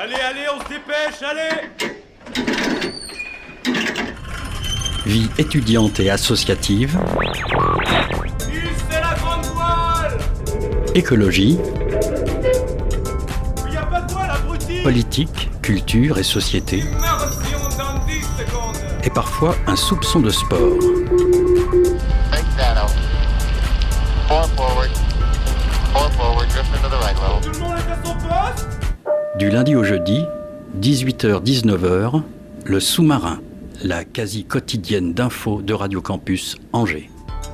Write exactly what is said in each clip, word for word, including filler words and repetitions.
Allez, allez, on se dépêche, allez! Vie étudiante et associative. C'est la grande voile! Écologie. Il n'y a pas de voile, abruti! Politique, culture et société. Immersion dans dix secondes! Et parfois un soupçon de sport. Take that out. Four forward. Four forward, drift into the right level. Tout le monde est à son poste? Du lundi au jeudi, dix-huit heures dix-neuf heures, le sous-marin, la quasi quotidienne d'infos de Radio Campus Angers.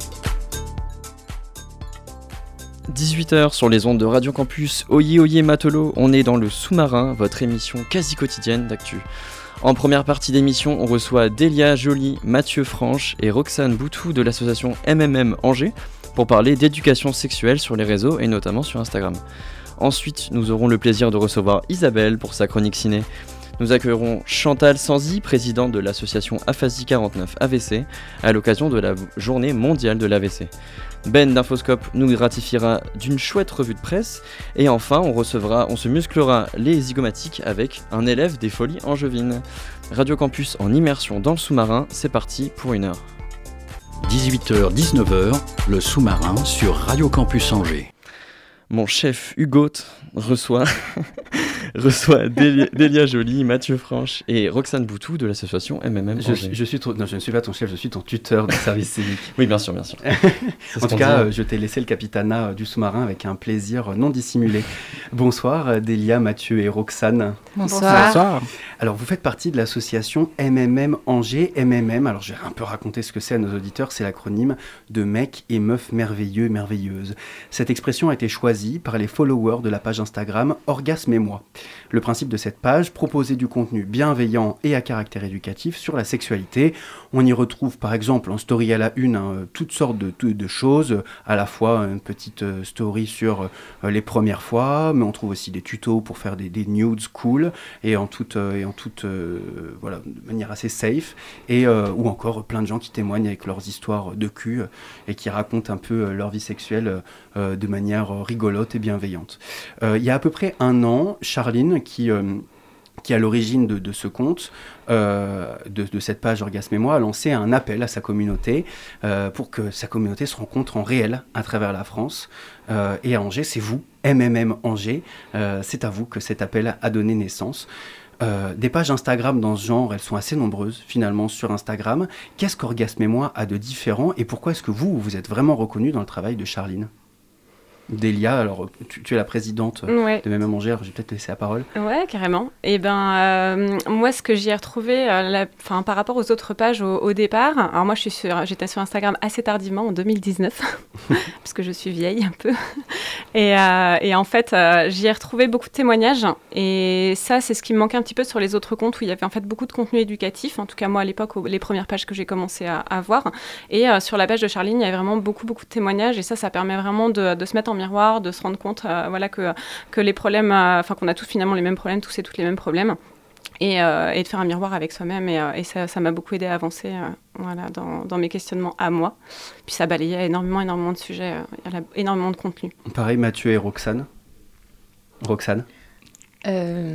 dix-huit heures sur les ondes de Radio Campus, oyez oyez matelot, on est dans le sous-marin, votre émission quasi quotidienne d'actu. En première partie d'émission, on reçoit Delia Joly, Mathieu Franche et Roxane Boutou de l'association M M M Angers pour parler d'éducation sexuelle sur les réseaux et notamment sur Instagram. Ensuite, nous aurons le plaisir de recevoir Isabelle pour sa chronique ciné. Nous accueillerons Chantal Sanzy, présidente de l'association Aphasie quarante-neuf A V C, à l'occasion de la journée mondiale de l'A V C. Ben d'Infoscope nous gratifiera d'une chouette revue de presse. Et enfin, on recevra, on se musclera les zygomatiques avec un élève des Folies Angevines. Radio Campus en immersion dans le sous-marin, c'est parti pour une heure. dix-huit heures dix-neuf heures, le sous-marin sur Radio Campus Angers. Mon chef Hugo reçoit, reçoit Delia, Delia Joly, Mathieu Franche et Roxane Boutou de l'association M M M je, Angers. je, suis ton, non, je ne suis pas ton chef, je suis ton tuteur de service civique. Oui, bien sûr, bien sûr. En tout cas, je t'ai laissé le capitanat du sous-marin avec un plaisir non dissimulé. Bonsoir Delia, Mathieu et Roxane. Bonsoir. Bonsoir. Alors, vous faites partie de l'association M M M Angers. M M M, alors je vais un peu raconter ce que c'est à nos auditeurs, c'est l'acronyme de mecs et meufs merveilleux et merveilleuses. Cette expression a été choisie par les followers de la page Instagram Orgasme et moi. Le principe de cette page, proposer du contenu bienveillant et à caractère éducatif sur la sexualité. On y retrouve par exemple en story à la une hein, toutes sortes de, de, de choses, à la fois une petite euh, story sur euh, les premières fois, mais on trouve aussi des tutos pour faire des, des nudes cool et en toute, euh, et en toute euh, voilà, de manière assez safe, et, euh, ou encore plein de gens qui témoignent avec leurs histoires de cul euh, et qui racontent un peu euh, leur vie sexuelle euh, de manière euh, rigolote et bienveillante. Euh, il y a à peu près un an, Charline, qui, euh, qui est à l'origine de, de ce compte, euh, de, de cette page Orgasme et moi, a lancé un appel à sa communauté euh, pour que sa communauté se rencontre en réel à travers la France. Euh, et à Angers, c'est vous, M M M Angers, euh, c'est à vous que cet appel a donné naissance. Euh, des pages Instagram dans ce genre, elles sont assez nombreuses finalement sur Instagram. Qu'est-ce qu'Orgasme et moi a de différent et pourquoi est-ce que vous, vous êtes vraiment reconnu dans le travail de Charline ? Delia, alors tu, tu es la présidente ouais. de M M M Angers, je vais peut-être te laisser la parole. Ouais, carrément. Et ben, euh, moi, ce que j'y ai retrouvé, euh, la, par rapport aux autres pages au, au départ, alors moi, je suis sur, j'étais sur Instagram assez tardivement, en deux mille dix-neuf, parce que je suis vieille un peu. Et, euh, et en fait, euh, j'y ai retrouvé beaucoup de témoignages. Et ça, c'est ce qui me manquait un petit peu sur les autres comptes, où il y avait en fait beaucoup de contenu éducatif. En tout cas, moi, à l'époque, les premières pages que j'ai commencé à, à voir. Et euh, sur la page de Charline, il y avait vraiment beaucoup, beaucoup de témoignages. Et ça, ça permet vraiment de, de se mettre en miroir, de se rendre compte euh, voilà, que, que les problèmes, enfin euh, qu'on a tous finalement les mêmes problèmes, tous et toutes les mêmes problèmes, et, euh, et de faire un miroir avec soi-même. Et, euh, et ça, ça m'a beaucoup aidé à avancer euh, voilà, dans, dans mes questionnements à moi. Puis ça balayait énormément, énormément de sujets, euh, il y a énormément de contenu. Pareil, Mathieu et Roxane. Roxane euh...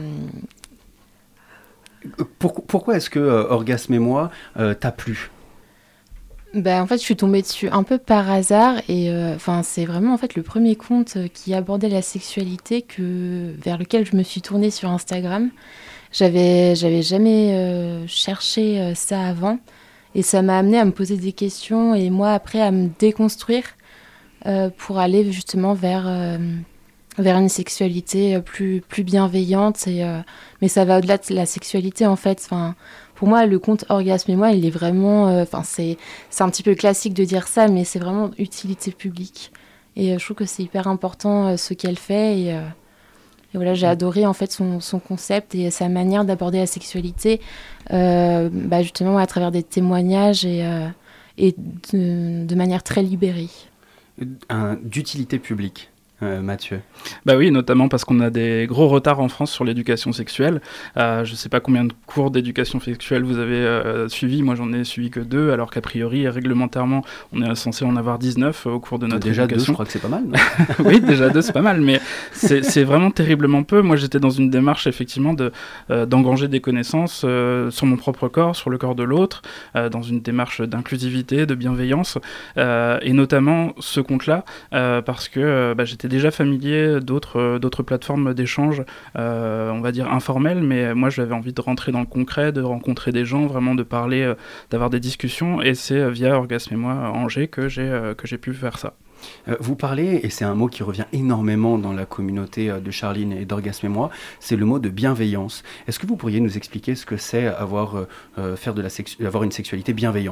Pour, Pourquoi est-ce que euh, Orgasme et moi euh, t'a plu ? Ben, en fait, je suis tombée dessus un peu par hasard et euh, c'est vraiment en fait, le premier compte qui abordait la sexualité que, vers lequel je me suis tournée sur Instagram. J'avais, j'avais jamais euh, cherché euh, ça avant et ça m'a amenée à me poser des questions et moi après à me déconstruire euh, pour aller justement vers, euh, vers une sexualité plus, plus bienveillante. Et, euh, mais ça va au-delà de la sexualité en fait. Enfin, pour moi, le compte Orgasme et moi, il est vraiment... Enfin, euh, c'est, c'est un petit peu classique de dire ça, mais c'est vraiment utilité publique. Et euh, je trouve que c'est hyper important euh, ce qu'elle fait. Et, euh, et voilà, j'ai adoré en fait son, son concept et sa manière d'aborder la sexualité, euh, bah, justement à travers des témoignages et, euh, et de, de manière très libérée. Un, d'utilité publique. euh, Mathieu. Bah oui, notamment parce qu'on a des gros retards en France sur l'éducation sexuelle. Euh, je ne sais pas combien de cours d'éducation sexuelle vous avez euh, suivi. Moi, j'en ai suivi que deux, alors qu'a priori, réglementairement, on est censé en avoir dix-neuf au cours de notre déjà éducation. Déjà deux, je crois que c'est pas mal. Oui, déjà deux, c'est pas mal, mais c'est, c'est vraiment terriblement peu. Moi, j'étais dans une démarche, effectivement, de, euh, d'engranger des connaissances euh, sur mon propre corps, sur le corps de l'autre, euh, dans une démarche d'inclusivité, de bienveillance, euh, et notamment ce compte-là, euh, parce que euh, bah, j'étais déjà familier d'autres, euh, d'autres plateformes d'échange, euh, on va dire informelles, mais moi j'avais envie de rentrer dans le concret, de rencontrer des gens, vraiment de parler, euh, d'avoir des discussions, et c'est euh, via Orgasme et moi Angers que j'ai, euh, que j'ai pu faire ça. Euh, vous parlez, et c'est un mot qui revient énormément dans la communauté euh, de Charline et d'Orgasme et moi, c'est le mot de bienveillance. Est-ce que vous pourriez nous expliquer ce que c'est avoir, euh, faire de la sexu- avoir une sexualité bienveillante ?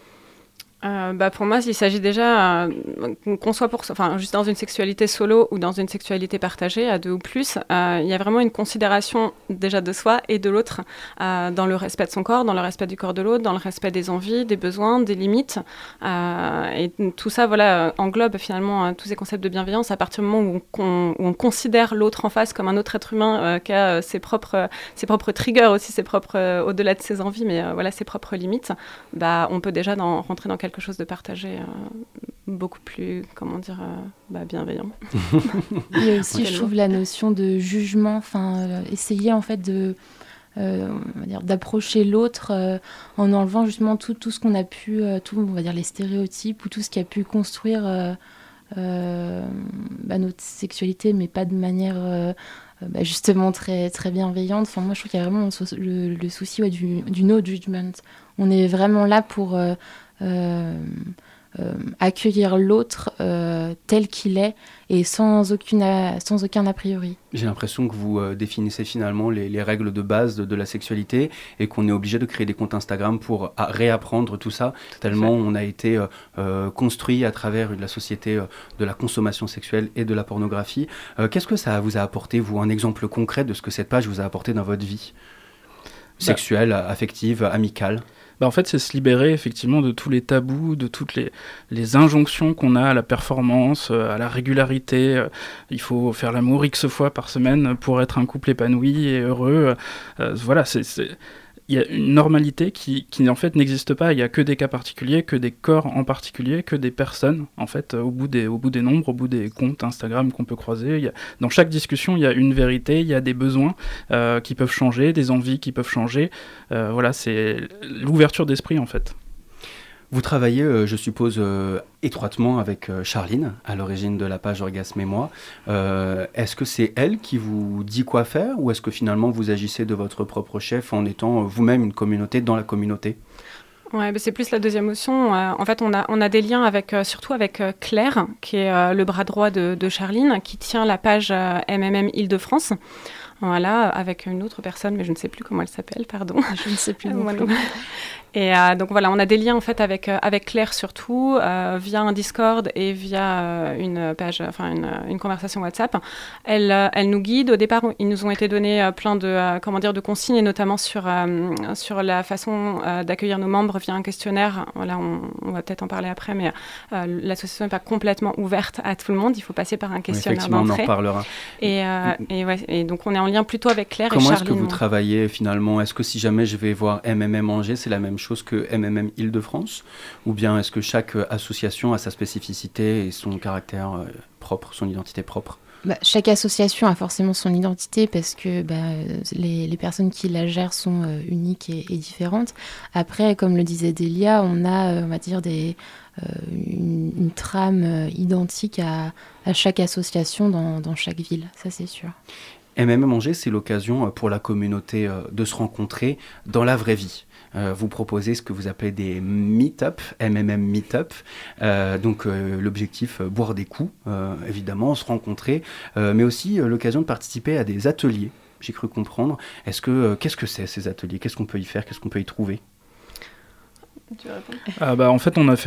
Euh, bah pour moi, il s'agit déjà euh, qu'on soit pour, enfin, juste dans une sexualité solo ou dans une sexualité partagée à deux ou plus, euh, il y a vraiment une considération déjà de soi et de l'autre euh, dans le respect de son corps, dans le respect du corps de l'autre, dans le respect des envies, des besoins, des limites. Euh, et tout ça, voilà, englobe finalement euh, tous ces concepts de bienveillance à partir du moment où on, où on considère l'autre en face comme un autre être humain euh, qui a euh, ses propres, ses propres triggers aussi, ses propres, euh, au-delà de ses envies, mais euh, voilà, ses propres limites. Bah, on peut déjà dans, rentrer dans quelque quelque chose de partagé euh, beaucoup plus, comment dire, euh, bah, bienveillant. Il y a aussi, je trouve, la notion de jugement, enfin, euh, essayer en fait de, euh, on va dire, d'approcher l'autre euh, en enlevant justement tout, tout ce qu'on a pu, euh, tout, on va dire, les stéréotypes ou tout ce qui a pu construire euh, euh, bah, notre sexualité, mais pas de manière euh, bah, justement très, très bienveillante. Enfin, moi, je trouve qu'il y a vraiment le, le souci ouais, du, du no judgment. On est vraiment là pour euh, euh, euh, accueillir l'autre euh, tel qu'il est et sans, aucune a, sans aucun a priori. J'ai l'impression que vous euh, définissez finalement les, les règles de base de, de la sexualité et qu'on est obligé de créer des comptes Instagram pour à, réapprendre tout ça, tellement on a été euh, euh, construit à travers la société euh, de la consommation sexuelle et de la pornographie. Euh, qu'est-ce que ça vous a apporté, vous, un exemple concret de ce que cette page vous a apporté dans votre vie sexuelle, bah. affective, amicale? Bah en fait, c'est se libérer effectivement de tous les tabous, de toutes les, les injonctions qu'on a à la performance, à la régularité. Il faut faire l'amour X fois par semaine pour être un couple épanoui et heureux. Euh, voilà, c'est... c'est... il y a une normalité qui, qui en fait n'existe pas. Il n'y a que des cas particuliers, que des corps en particulier, que des personnes en fait au bout des, au bout des nombres, au bout des comptes Instagram qu'on peut croiser. Il y a, dans chaque discussion, il y a une vérité, il y a des besoins euh, qui peuvent changer, des envies qui peuvent changer. Euh, voilà, c'est l'ouverture d'esprit en fait. Vous travaillez, euh, je suppose, euh, étroitement avec euh, Charline, à l'origine de la page Orgasme et moi. Euh, est-ce que c'est elle qui vous dit quoi faire ou est-ce que finalement vous agissez de votre propre chef en étant euh, vous-même une communauté dans la communauté ? Ouais, bah c'est plus la deuxième option. Euh, en fait, on a, on a des liens avec, euh, surtout avec euh, Claire, qui est euh, le bras droit de, de Charline, qui tient la page euh, M M M Île-de-France. Voilà, avec une autre personne, mais je ne sais plus comment elle s'appelle, pardon. Je ne sais plus non plus. Et euh, donc voilà, on a des liens en fait avec, euh, avec Claire surtout, euh, via un Discord et via euh, une page, enfin une, une conversation WhatsApp. Elle, euh, elle nous guide. Au départ, ils nous ont été donnés euh, plein de, euh, comment dire, de consignes, et notamment sur, euh, sur la façon euh, d'accueillir nos membres via un questionnaire. Voilà, on, on va peut-être en parler après, mais euh, l'association n'est pas complètement ouverte à tout le monde. Il faut passer par un questionnaire oui, d'entrée. On en reparlera. Et, euh, et, ouais, et donc on est en lien plutôt avec Claire Comment et Charline. Comment est-ce que vous travaillez finalement ? Est-ce que si jamais je vais voir M M M Angers, c'est la même chose que M M M Île-de-France ? Ou bien est-ce que chaque euh, association a sa spécificité et son caractère euh, propre, son identité propre ? Bah, chaque association a forcément son identité parce que bah, les, les personnes qui la gèrent sont euh, uniques et, et différentes. Après, comme le disait Delia, on a, euh, on va dire, des, euh, une, une trame euh, identique à, à chaque association dans, dans chaque ville, ça c'est sûr. M M M Angers, c'est l'occasion pour la communauté de se rencontrer dans la vraie vie. Euh, vous proposez ce que vous appelez des meet-up, M M M meet-up. Euh, donc euh, l'objectif, euh, boire des coups, euh, évidemment, se rencontrer, euh, mais aussi euh, l'occasion de participer à des ateliers, j'ai cru comprendre. Est-ce que, euh, qu'est-ce que c'est ces ateliers ? Qu'est-ce qu'on peut y faire ? Qu'est-ce qu'on peut y trouver ? Tu veux répondre ? Ah bah, en fait, on a fait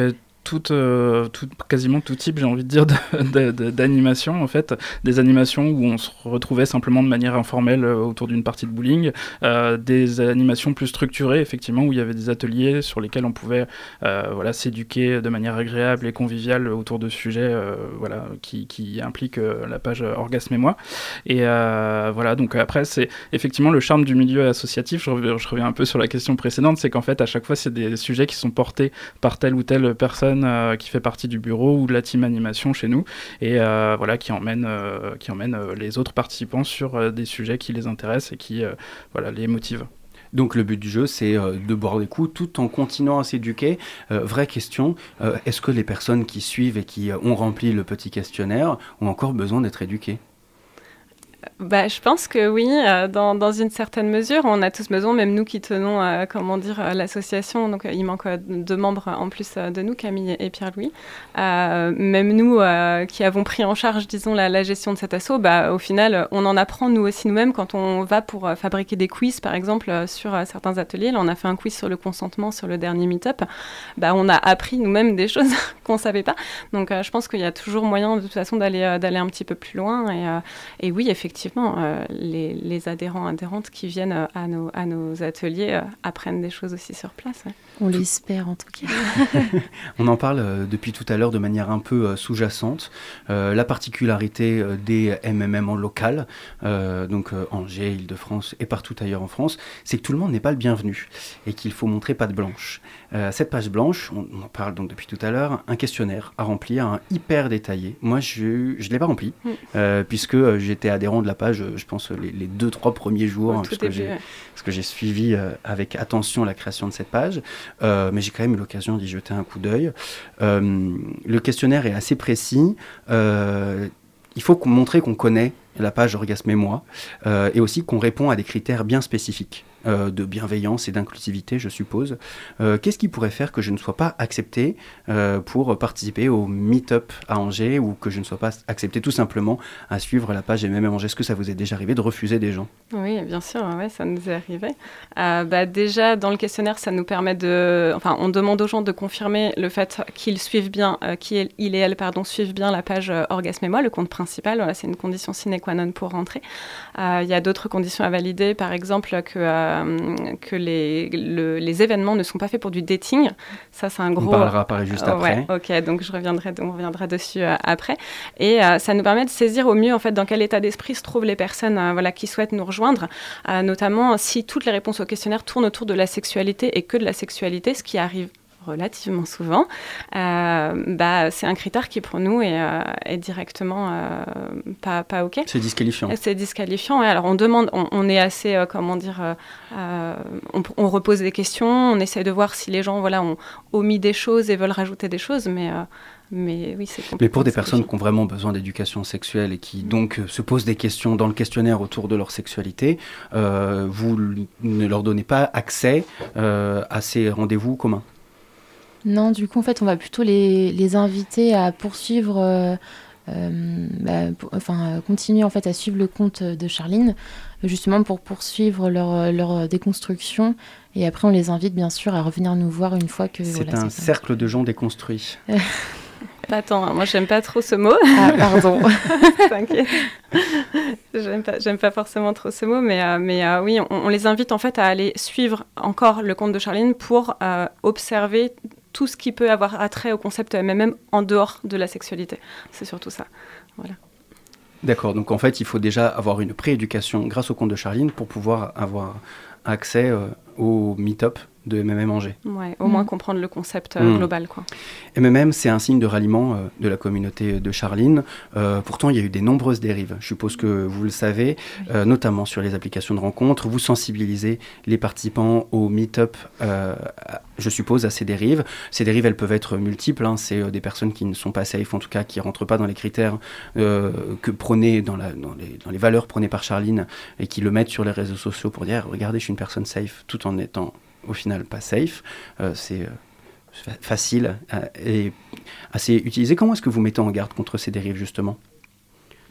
tout, euh, tout, quasiment tout type, j'ai envie de dire, de, de, de, d'animation, en fait. Des animations où on se retrouvait simplement de manière informelle euh, autour d'une partie de bowling. Euh, des animations plus structurées, effectivement, où il y avait des ateliers sur lesquels on pouvait euh, voilà, s'éduquer de manière agréable et conviviale autour de sujets euh, voilà, qui, qui impliquent euh, la page Orgasme et moi. Et euh, voilà, donc après, c'est effectivement le charme du milieu associatif. Je reviens, je reviens un peu sur la question précédente, c'est qu'en fait, à chaque fois, c'est des sujets qui sont portés par telle ou telle personne euh, qui fait partie du bureau ou de la team animation chez nous, et euh, voilà, qui emmène, euh, qui emmène euh, les autres participants sur euh, des sujets qui les intéressent et qui euh, voilà, les motivent. Donc le but du jeu, c'est euh, de boire des coups tout en continuant à s'éduquer. Euh, vraie question, euh, est-ce que les personnes qui suivent et qui euh, ont rempli le petit questionnaire ont encore besoin d'être éduquées ? Bah, je pense que oui, euh, dans, dans une certaine mesure, on a tous besoin, même nous qui tenons, euh, comment dire, euh, l'association. Donc, euh, il manque euh, deux membres en plus euh, de nous, Camille et Pierre-Louis. Euh, même nous euh, qui avons pris en charge, disons, la, la gestion de cet asso, bah, au final, on en apprend nous aussi nous-mêmes quand on va pour euh, fabriquer des quiz, par exemple, euh, sur euh, certains ateliers. Là, on a fait un quiz sur le consentement sur le dernier meet-up. Bah, on a appris nous-mêmes des choses qu'on ne savait pas. Donc, euh, je pense qu'il y a toujours moyen, de toute façon, d'aller, euh, d'aller un petit peu plus loin. Et, euh, et oui, effectivement. Effectivement, euh, les, les adhérents, adhérentes qui viennent euh, à, nos, à nos ateliers euh, apprennent des choses aussi sur place. Ouais. On l'espère en tout cas. On en parle euh, depuis tout à l'heure de manière un peu euh, sous-jacente. Euh, la particularité euh, des M M M en local, euh, donc euh, Angers, Île-de-France et partout ailleurs en France, c'est que tout le monde n'est pas le bienvenu et qu'il faut montrer patte blanche. Euh, cette page blanche, on, on en parle donc depuis tout à l'heure, un questionnaire à remplir, un hyper détaillé. Moi, je ne l'ai pas rempli mm. euh, puisque euh, j'étais adhérent de la page, je pense, les, les deux, trois premiers jours, ouais, hein, parce, que j'ai, ouais. parce que j'ai suivi euh, avec attention la création de cette page. Euh, mais j'ai quand même eu l'occasion d'y jeter un coup d'œil. Euh, le questionnaire est assez précis. Euh, il faut montrer qu'on connaît la page Orgasme et moi, euh, et aussi qu'on répond à des critères bien spécifiques euh, de bienveillance et d'inclusivité, je suppose. Euh, qu'est-ce qui pourrait faire que je ne sois pas accepté euh, pour participer au meet-up à Angers, ou que je ne sois pas accepté tout simplement à suivre la page M M M Angers ? Est-ce que ça vous est déjà arrivé de refuser des gens ? Oui, bien sûr, ouais, ça nous est arrivé. Euh, bah, déjà, dans le questionnaire, ça nous permet de... Enfin, on demande aux gens de confirmer le fait qu'ils suivent bien, euh, qu'ils et elles, pardon, suivent bien la page euh, Orgasme et moi, le compte principal. Voilà, c'est une condition sine qua non pour rentrer. Il euh, y a d'autres conditions à valider, par exemple que, euh, que les, le, les événements ne sont pas faits pour du dating. Ça, c'est un gros... On parlera pareil juste après. Ouais, ok, donc je reviendrai, on reviendra dessus euh, après. Et euh, ça nous permet de saisir au mieux en fait, dans quel état d'esprit se trouvent les personnes euh, voilà, qui souhaitent nous rejoindre, euh, notamment si toutes les réponses au questionnaire tournent autour de la sexualité et que de la sexualité, ce qui arrive relativement souvent, euh, bah, c'est un critère qui pour nous est, euh, est directement euh, pas, pas OK. C'est disqualifiant. C'est disqualifiant, ouais. Alors on demande, on, on est assez, euh, comment dire, euh, euh, on, on repose des questions, on essaie de voir si les gens voilà, ont omis des choses et veulent rajouter des choses, mais... Euh, Mais oui, c'est compliqué. Mais pour des personnes qui ont vraiment besoin d'éducation sexuelle et qui donc euh, se posent des questions dans le questionnaire autour de leur sexualité, euh, vous ne leur donnez pas accès euh, à ces rendez-vous communs ? Non, du coup, en fait, on va plutôt les, les inviter à poursuivre, euh, euh, bah, pour, enfin, continuer en fait à suivre le compte de Charline, justement pour poursuivre leur, leur déconstruction. Et après, on les invite bien sûr à revenir nous voir une fois que... C'est voilà, un c'est cercle de gens déconstruits. Pas tant, hein. Moi j'aime pas trop ce mot. Ah, pardon. T'inquiète. J'aime pas, j'aime pas forcément trop ce mot, mais, euh, mais euh, oui, on, on les invite en fait à aller suivre encore le compte de Charline pour euh, observer tout ce qui peut avoir attrait au concept M M M en dehors de la sexualité. C'est surtout ça. Voilà. D'accord, donc en fait il faut déjà avoir une prééducation grâce au compte de Charline pour pouvoir avoir accès euh, au meet-up de M M M Angers. Ouais, au mmh. moins comprendre le concept euh, mmh. global, quoi. M M M, c'est un signe de ralliement euh, de la communauté de Charline. Euh, pourtant, il y a eu des nombreuses dérives. Je suppose que vous le savez, euh, notamment sur les applications de rencontres. Vous sensibilisez les participants au meet-up, euh, je suppose, à ces dérives. Ces dérives, elles peuvent être multiples. Hein. C'est euh, des personnes qui ne sont pas safe, en tout cas, qui ne rentrent pas dans les critères euh, que prônez, dans, la, dans, les, dans les valeurs prônées par Charline, et qui le mettent sur les réseaux sociaux pour dire « Regardez, je suis une personne safe », tout en étant au final pas safe. Euh, c'est euh, facile euh, et assez utilisé. Comment est-ce que vous mettez en garde contre ces dérives, justement ?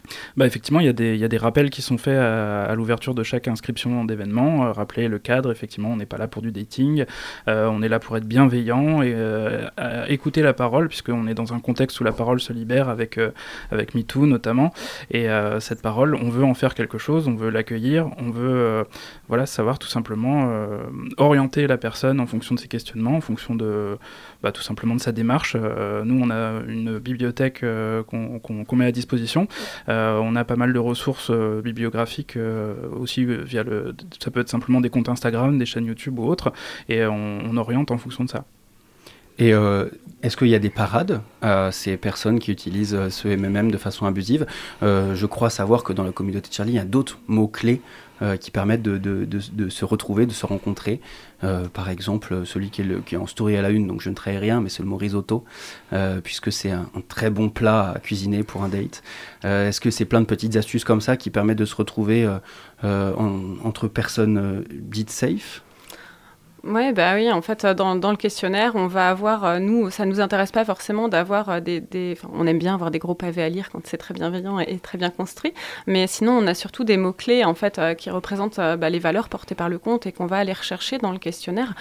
Bah effectivement, il y a des, il y a des rappels qui sont faits à, à l'ouverture de chaque inscription d'événement. Euh, rappeler le cadre, effectivement, on n'est pas là pour du dating, euh, on est là pour être bienveillant et euh, écouter la parole, puisqu'on est dans un contexte où la parole se libère avec, euh, avec MeToo notamment. Et euh, cette parole, on veut en faire quelque chose, on veut l'accueillir, on veut euh, voilà, savoir tout simplement euh, orienter la personne en fonction de ses questionnements, en fonction de, bah, tout simplement de sa démarche. Euh, nous, on a une bibliothèque euh, qu'on, qu'on, qu'on met à disposition. Euh, on a pas mal de ressources euh, bibliographiques euh, aussi euh, via le, ça peut être simplement des comptes Instagram, des chaînes YouTube ou autres, et on, on oriente en fonction de ça. Et euh, est-ce qu'il y a des parades à ces personnes qui utilisent ce M M M de façon abusive ? euh, Je crois savoir que dans la communauté de Charlie, il y a d'autres mots-clés euh, qui permettent de, de, de, de se retrouver, de se rencontrer. Euh, par exemple, celui qui est, le, qui est en story à la une, donc je ne trahis rien, mais c'est le mot risotto, euh, puisque c'est un, un très bon plat à cuisiner pour un date. Euh, est-ce que c'est plein de petites astuces comme ça qui permettent de se retrouver euh, euh, en, entre personnes euh, dites safe ? Ouais, bah oui, en fait, dans, dans le questionnaire, on va avoir, euh, nous, ça nous intéresse pas forcément d'avoir euh, des, des... Enfin, on aime bien avoir des gros pavés à lire quand c'est très bienveillant et, et très bien construit, mais sinon, on a surtout des mots-clés, en fait, euh, qui représentent euh, bah, les valeurs portées par le compte et qu'on va aller rechercher dans le questionnaire.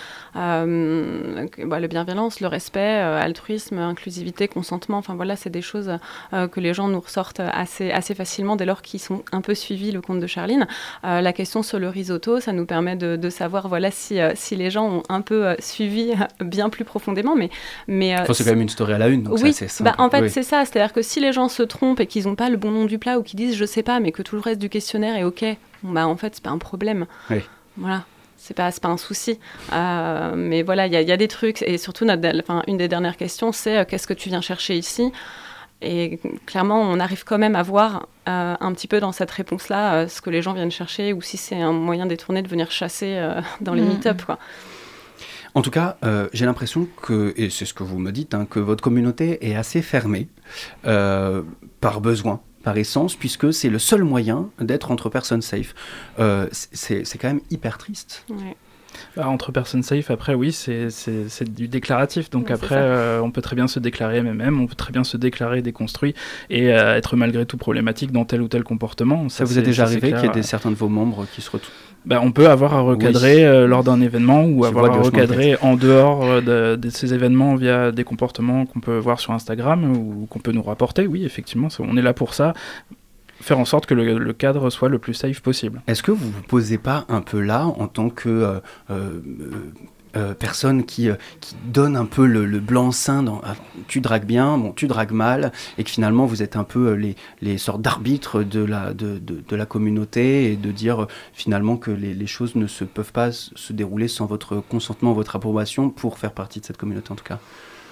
Euh, bah, la bienveillance, le respect, euh, altruisme, inclusivité, consentement, enfin voilà, c'est des choses euh, que les gens nous ressortent assez, assez facilement dès lors qu'ils sont un peu suivis le compte de Charline. Euh, la question sur le risotto, ça nous permet de, de savoir, voilà, si, euh, si les gens ont un peu euh, suivi euh, bien plus profondément, mais... mais euh, enfin, c'est quand même une story à la une, donc oui, c'est assez simple. Bah, en fait, oui. c'est ça, c'est-à-dire que si les gens se trompent et qu'ils n'ont pas le bon nom du plat ou qu'ils disent « je sais pas », mais que tout le reste du questionnaire est OK, bon, bah, en fait, c'est pas un problème. Oui. Voilà. C'est pas, c'est pas un souci. Euh, mais voilà, il y, y a des trucs, et surtout, notre, enfin, une des dernières questions, c'est euh, « qu'est-ce que tu viens chercher ici ?» Et clairement, on arrive quand même à voir euh, un petit peu dans cette réponse-là euh, ce que les gens viennent chercher, ou si c'est un moyen détourné de venir chasser euh, dans les mmh. meet-up, quoi. En tout cas, euh, j'ai l'impression que, et c'est ce que vous me dites, hein, que votre communauté est assez fermée euh, par besoin, par essence, puisque c'est le seul moyen d'être entre personnes safe. Euh, c'est, c'est quand même hyper triste. Ouais. Bah, entre personnes safe, après, oui, c'est, c'est, c'est du déclaratif. Donc ouais, après, euh, on peut très bien se déclarer M M M, on peut très bien se déclarer déconstruit et euh, être malgré tout problématique dans tel ou tel comportement. Ça, ça vous est déjà arrivé qu'il y ait des, certains de vos membres qui se retrouvent bah, on peut avoir à recadrer oui. euh, lors d'un événement ou Je avoir à recadrer en dehors de, de ces événements via des comportements qu'on peut voir sur Instagram ou qu'on peut nous rapporter. Oui, effectivement, on est là pour ça. Faire en sorte que le, le cadre soit le plus safe possible. Est-ce que vous ne vous posez pas un peu là, en tant que euh, euh, euh, personne qui, euh, qui donne un peu le, le blanc-seing dans ah, tu dragues bien, bon, tu dragues mal, et que finalement vous êtes un peu euh, les, les sortes d'arbitres de la, de, de, de la communauté, et de dire euh, finalement que les, les choses ne se peuvent pas se dérouler sans votre consentement, votre approbation pour faire partie de cette communauté en tout cas?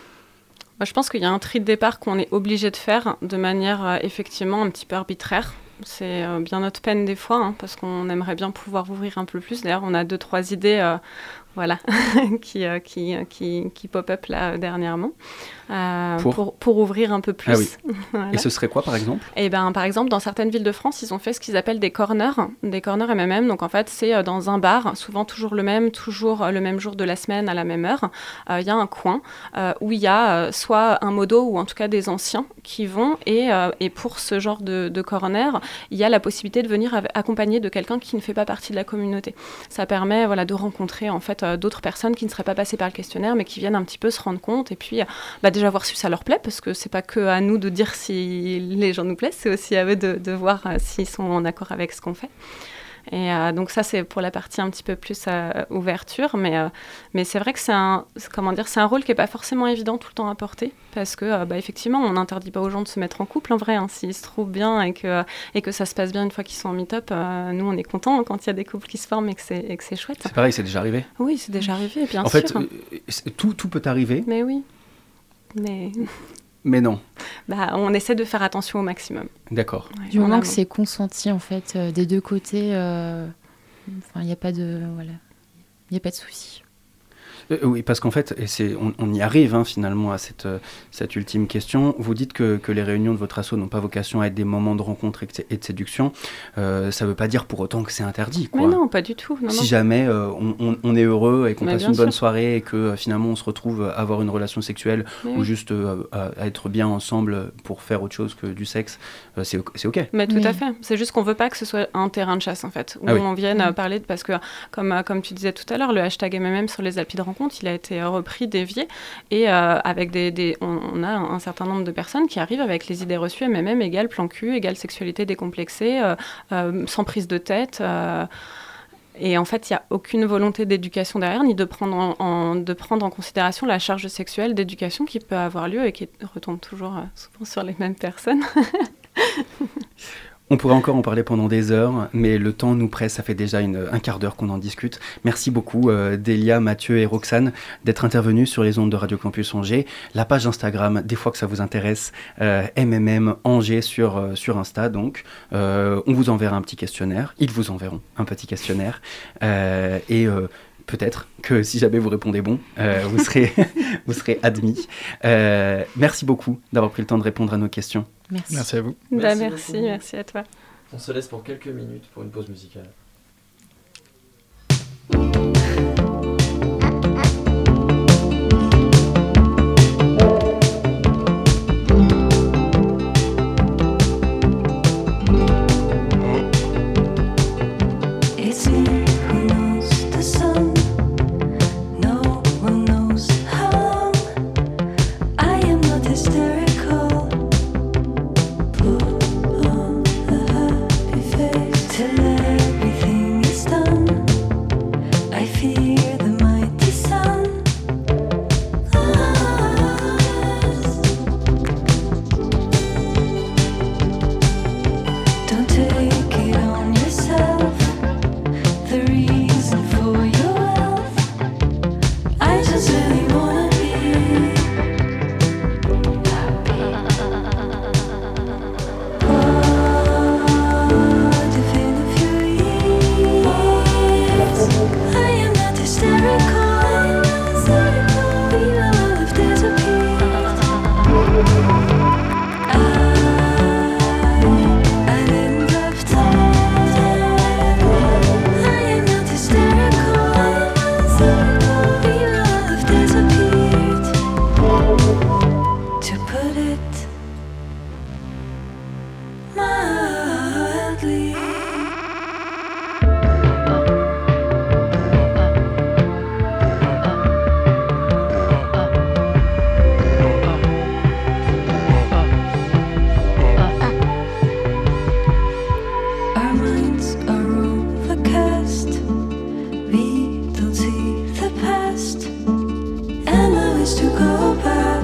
Je pense qu'il y a un tri de départ qu'on est obligé de faire de manière euh, effectivement un petit peu arbitraire. C'est euh, bien notre peine des fois, hein, parce qu'on aimerait bien pouvoir ouvrir un peu plus. D'ailleurs, on a deux, trois idées euh, voilà, qui, euh, qui, qui, qui pop-up là dernièrement, euh, pour... Pour, pour ouvrir un peu plus. Ah oui. Voilà. Et ce serait quoi par exemple ? Et ben, par exemple, dans certaines villes de France, ils ont fait ce qu'ils appellent des corners, des corners M M M. Donc en fait, c'est dans un bar, souvent toujours le même, toujours le même jour de la semaine à la même heure. Il euh, y a un coin euh, où il y a euh, soit un modo ou en tout cas des anciens qui vont. Et, euh, et pour ce genre de, de corner, il y a la possibilité de venir av- accompagné de quelqu'un qui ne fait pas partie de la communauté. Ça permet voilà, de rencontrer en fait euh, d'autres personnes qui ne seraient pas passées par le questionnaire, mais qui viennent un petit peu se rendre compte et puis bah, déjà voir si ça leur plaît, parce que c'est pas que à nous de dire si les gens nous plaisent, c'est aussi à eux de, de voir euh, s'ils sont en accord avec ce qu'on fait. Et euh, donc ça, c'est pour la partie un petit peu plus euh, ouverture, mais, euh, mais c'est vrai que c'est un, comment dire, c'est un rôle qui n'est pas forcément évident tout le temps à porter, parce que euh, bah, effectivement, on n'interdit pas aux gens de se mettre en couple, en vrai, hein, s'ils se trouvent bien et que, et que ça se passe bien une fois qu'ils sont en meet-up. Euh, nous, on est contents hein, quand il y a des couples qui se forment et que c'est, et que c'est chouette. C'est pareil, c'est déjà arrivé ? Oui, c'est déjà arrivé, bien en sûr. En fait, euh, tout, tout peut arriver. Mais oui, mais... Mais non. Bah, on essaie de faire attention au maximum. D'accord. Ouais, du moment que c'est consenti, en fait, euh, des deux côtés, il euh, n'y a pas de, voilà, y a pas de souci. Euh, oui, parce qu'en fait, et c'est, on, on y arrive hein, finalement à cette, euh, cette ultime question. Vous dites que, que les réunions de votre asso n'ont pas vocation à être des moments de rencontre et, et de séduction. Euh, ça ne veut pas dire pour autant que c'est interdit. Quoi. Mais non, pas du tout. Non, si non. jamais euh, on, on, on est heureux et qu'on Mais passe bien une bonne sûr. soirée et que euh, finalement on se retrouve à avoir une relation sexuelle Mais ou oui. juste euh, à, à être bien ensemble pour faire autre chose que du sexe, euh, c'est, c'est OK. Mais tout Oui. à fait. C'est juste qu'on veut pas que ce soit un terrain de chasse en fait, où Ah oui. on vienne Mm. euh, parler de, parce que comme euh, comme tu disais tout à l'heure, le hashtag M M M sur les applis de rencontre, il a été euh, repris, dévié, et euh, avec des, des on, on a un, un certain nombre de personnes qui arrivent avec les idées reçues M M M égale plan cul, égale sexualité décomplexée, euh, euh, sans prise de tête. Euh, Et en fait, il n'y a aucune volonté d'éducation derrière, ni de prendre en, en- de prendre en considération la charge sexuelle d'éducation qui peut avoir lieu et qui retombe toujours euh, souvent sur les mêmes personnes. On pourrait encore en parler pendant des heures, mais le temps nous presse, ça fait déjà une, un quart d'heure qu'on en discute. Merci beaucoup euh, Delia, Mathieu et Roxane d'être intervenus sur les ondes de Radio Campus Angers. La page Instagram, des fois que ça vous intéresse, euh, M M M Angers sur, euh, sur Insta, donc. Euh, on vous enverra un petit questionnaire, ils vous enverront un petit questionnaire. Euh, et... Euh, Peut-être que si jamais vous répondez bon, euh, vous, serez, vous serez admis. Euh, merci beaucoup d'avoir pris le temps de répondre à nos questions. Merci. Merci à vous. Bah, Merci merci, beaucoup. merci à toi. On se laisse pour quelques minutes pour une pause musicale. It's me who knows the sun. No one knows how long. I am not hysterical. Put on a happy face till everything is done. I fear the mighty sun. Don't take it on yourself. The reason for your wealth. I just really wanna be happy. What if in a few years I am not hysterical? We will all have disappeared. I I didn't have time. I am not hysterical. We will all have disappeared. To put it mildly. Our minds are overcast. We don't see the past, and I wish to go back.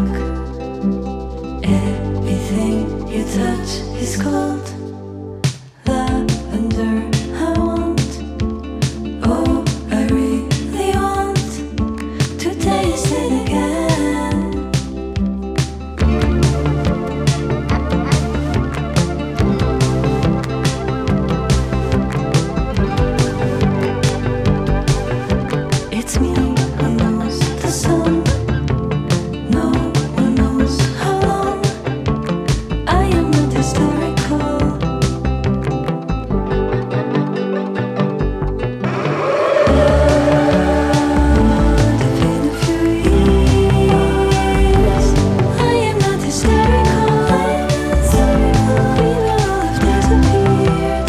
Everything you touch is cold. Lavender, I want. Oh, I really want to taste it again. It's me who knows the sun. No one knows how long. I am not hysterical. What if in a few years I am not hysterical? We will all have disappeared.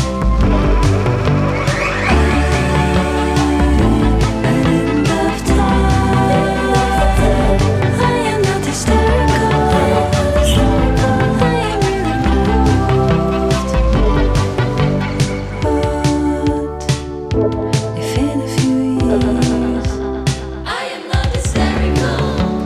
I didn't have time. I am not hysterical. I am really moved. What if in a few years I am not hysterical?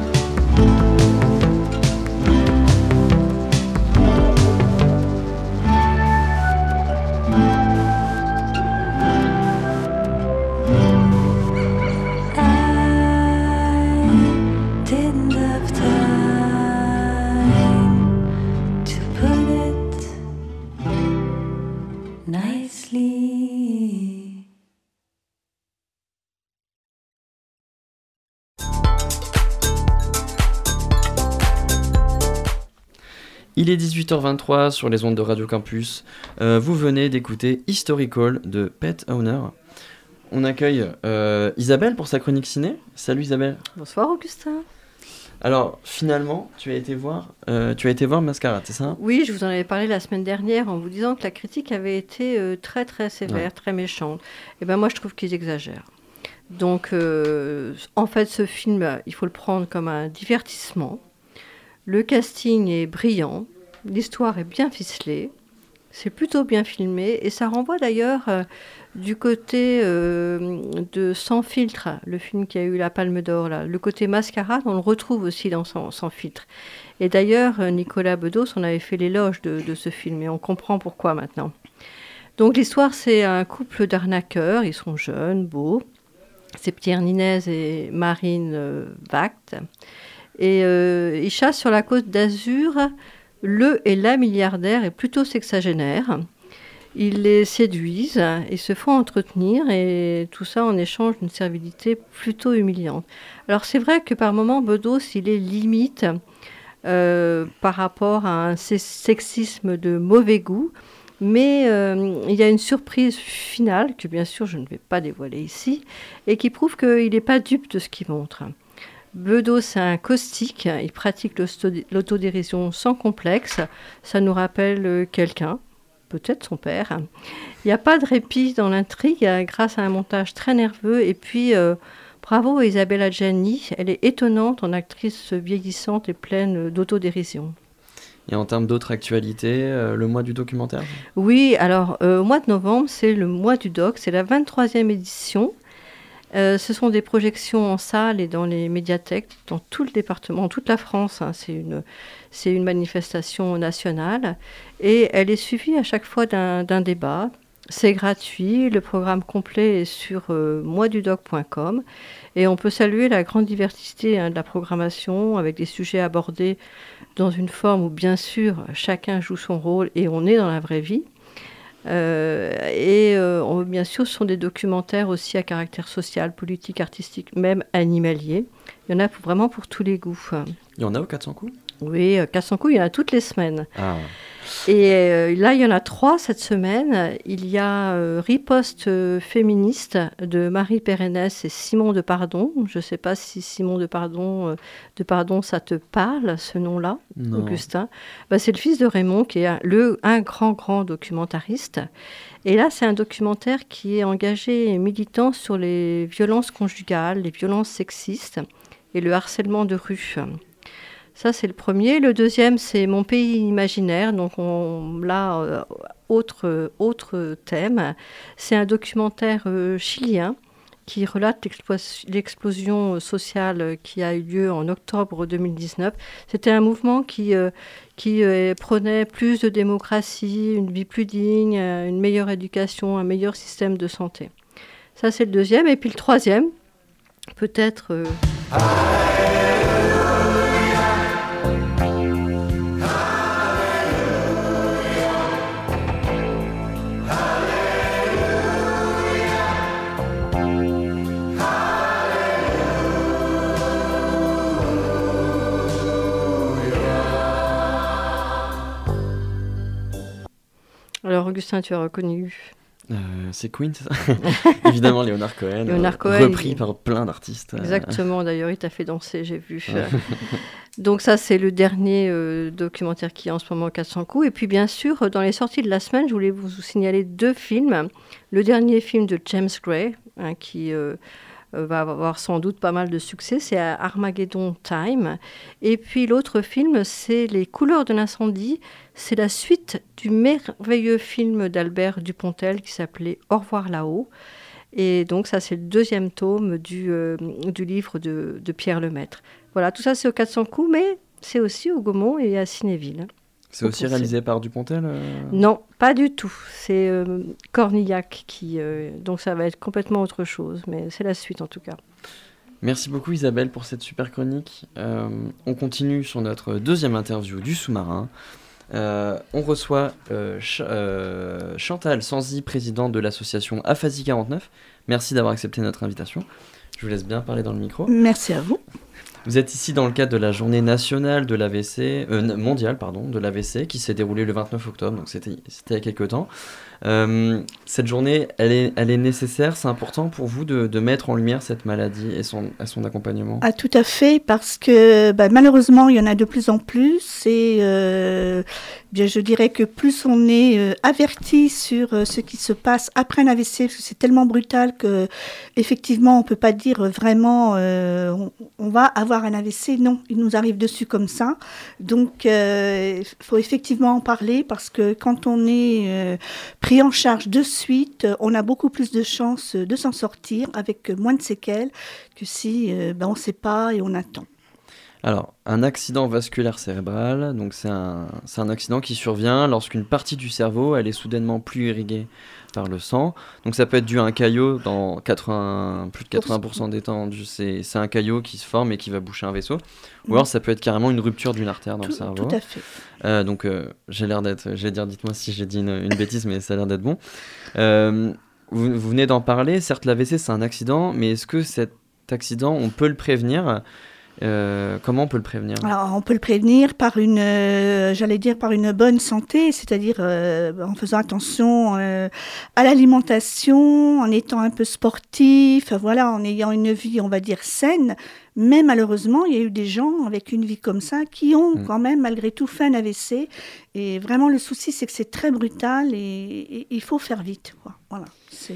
I didn't have time to put it nicely. Il est dix-huit heures vingt-trois sur les ondes de Radio Campus. Euh, vous venez d'écouter Historical de Pet Owner. On accueille euh, Isabelle pour sa chronique ciné. Salut Isabelle. Bonsoir Augustin. Alors finalement, tu as été voir, euh, tu as été voir Mascarade, c'est ça ? Oui, je vous en avais parlé la semaine dernière en vous disant que la critique avait été euh, très très sévère, ouais. très méchante. Et ben moi je trouve qu'ils exagèrent. Donc euh, en fait ce film, il faut le prendre comme un divertissement. Le casting est brillant, l'histoire est bien ficelée, c'est plutôt bien filmé et ça renvoie d'ailleurs euh, du côté euh, de Sans filtre, le film qui a eu la Palme d'Or, là. Le côté Mascarade, on le retrouve aussi dans Sans, Sans filtre. Et d'ailleurs, Nicolas Bedos en avait fait l'éloge de, de ce film et on comprend pourquoi maintenant. Donc l'histoire, c'est un couple d'arnaqueurs, ils sont jeunes, beaux, c'est Pierre Ninez et Marine euh, Vact. Et euh, ils chassent sur la côte d'Azur le et la milliardaire et plutôt sexagénaire. Ils les séduisent, ils se font entretenir et tout ça en échange d'une servilité plutôt humiliante. Alors c'est vrai que par moments, Bedos, il est limite euh, par rapport à un sexisme de mauvais goût, mais euh, il y a une surprise finale, que bien sûr je ne vais pas dévoiler ici, et qui prouve qu'il n'est pas dupe de ce qu'il montre. Bedos est un caustique, il pratique l'autodérision sans complexe, ça nous rappelle quelqu'un, peut-être son père. Il n'y a pas de répit dans l'intrigue grâce à un montage très nerveux et puis euh, bravo à Isabelle Adjani, elle est étonnante en actrice vieillissante et pleine d'autodérision. Et en termes d'autres actualités, euh, le mois du documentaire ? Oui, alors euh, au mois de novembre, c'est le mois du doc, c'est la vingt-troisième édition. Euh, ce sont des projections en salle et dans les médiathèques, dans tout le département, toute la France. Hein, c'est, une, c'est une manifestation nationale. Et elle est suivie à chaque fois d'un, d'un débat. C'est gratuit. Le programme complet est sur euh, moi du doc point com. Et on peut saluer la grande diversité hein, de la programmation avec des sujets abordés dans une forme où, bien sûr, chacun joue son rôle et on est dans la vraie vie. Euh, et euh, on, bien sûr, ce sont des documentaires aussi à caractère social, politique, artistique, même animalier. Il y en a pour, vraiment pour tous les goûts. Il y en a au quatre cents coups ? Oui, quatre cents coups, il y en a toutes les semaines. Ah. Et euh, là, il y en a trois cette semaine. Il y a euh, Riposte euh, féministe de Marie Pérenès et Simon Depardon. Je ne sais pas si Simon Depardon, euh, Depardon, ça te parle, ce nom-là, non. Augustin. Bah, c'est le fils de Raymond, qui est un, le, un grand, grand documentariste. Et là, c'est un documentaire qui est engagé et militant sur les violences conjugales, les violences sexistes et le harcèlement de rue. Ça, c'est le premier. Le deuxième, c'est Mon pays imaginaire. Donc, on, là, euh, autre, autre thème. C'est un documentaire euh, chilien qui relate l'explo- l'explosion sociale qui a eu lieu en octobre deux mille dix-neuf. C'était un mouvement qui, euh, qui euh, prenait plus de démocratie, une vie plus digne, euh, une meilleure éducation, un meilleur système de santé. Ça, c'est le deuxième. Et puis le troisième, peut-être... Euh... Alors, Augustin, tu as reconnu euh, C'est Queen, c'est ça? Évidemment, Léonard Cohen. Léonard Cohen. Repris il... par plein d'artistes. Exactement, d'ailleurs, il t'a fait danser, j'ai vu. Donc ça, c'est le dernier euh, documentaire qui est en ce moment quatre cents coups. Et puis, bien sûr, dans les sorties de la semaine, je voulais vous signaler deux films. Le dernier film de James Gray, hein, qui... Euh, va avoir sans doute pas mal de succès, c'est Armageddon Time. Et puis l'autre film, c'est Les couleurs de l'incendie. C'est la suite du merveilleux film d'Albert Dupontel qui s'appelait Au revoir là-haut. Et donc ça, c'est le deuxième tome du, euh, du livre de, de Pierre Lemaître. Voilà, tout ça, c'est au quatre cents coups, mais c'est aussi au Gaumont et à Cinéville. C'est aussi réalisé par Dupontel euh... Non, pas du tout. C'est euh, Cornillac qui... Euh, donc ça va être complètement autre chose, mais c'est la suite en tout cas. Merci beaucoup Isabelle pour cette super chronique. Euh, on continue sur notre deuxième interview du sous-marin. Euh, on reçoit euh, Ch- euh, Chantal Sanzy, présidente de l'association Aphasie quarante-neuf. Merci d'avoir accepté notre invitation. Je vous laisse bien parler dans le micro. Merci à vous. Vous êtes ici dans le cadre de la journée nationale de l'A V C, euh, mondiale pardon, de l'A V C, qui s'est déroulée le vingt-neuf octobre, donc c'était, c'était il y a quelques temps. Euh, cette journée, elle est, elle est nécessaire, c'est important pour vous de, de mettre en lumière cette maladie et son, et son accompagnement? Ah, tout à fait, parce que bah, malheureusement, il y en a de plus en plus et euh, bien, je dirais que plus on est euh, averti sur euh, ce qui se passe après un A V C, parce que c'est tellement brutal que effectivement, on peut pas dire vraiment euh, on, on va avoir un A V C. Non, il nous arrive dessus comme ça. Donc, il euh, faut effectivement en parler parce que quand on est euh, pris en charge de suite, on a beaucoup plus de chances de s'en sortir avec moins de séquelles que si euh, ben on ne sait pas et on attend. Alors, un accident vasculaire cérébral, donc c'est un, c'est un accident qui survient lorsqu'une partie du cerveau, elle est soudainement plus irriguée par le sang. Donc ça peut être dû à un caillot, dans quatre-vingts, plus de quatre-vingts pour cent des temps, c'est, c'est un caillot qui se forme et qui va boucher un vaisseau. Ou alors ça peut être carrément une rupture d'une artère dans tout, le cerveau. Tout à fait. Euh, donc euh, j'ai l'air d'être, je vais dire, dites-moi si j'ai dit une, une bêtise, mais ça a l'air d'être bon. Euh, vous, vous venez d'en parler, certes l'A V C c'est un accident, mais est-ce que cet accident, on peut le prévenir ? Euh, comment on peut le prévenir? Alors, on peut le prévenir par une, euh, j'allais dire, par une bonne santé, c'est-à-dire euh, en faisant attention euh, à l'alimentation, en étant un peu sportif, voilà, en ayant une vie, on va dire, saine. Mais malheureusement, il y a eu des gens avec une vie comme ça qui ont mmh. quand même, malgré tout, fait un A V C. Et vraiment, le souci, c'est que c'est très brutal et il faut faire vite, quoi. Voilà, c'est...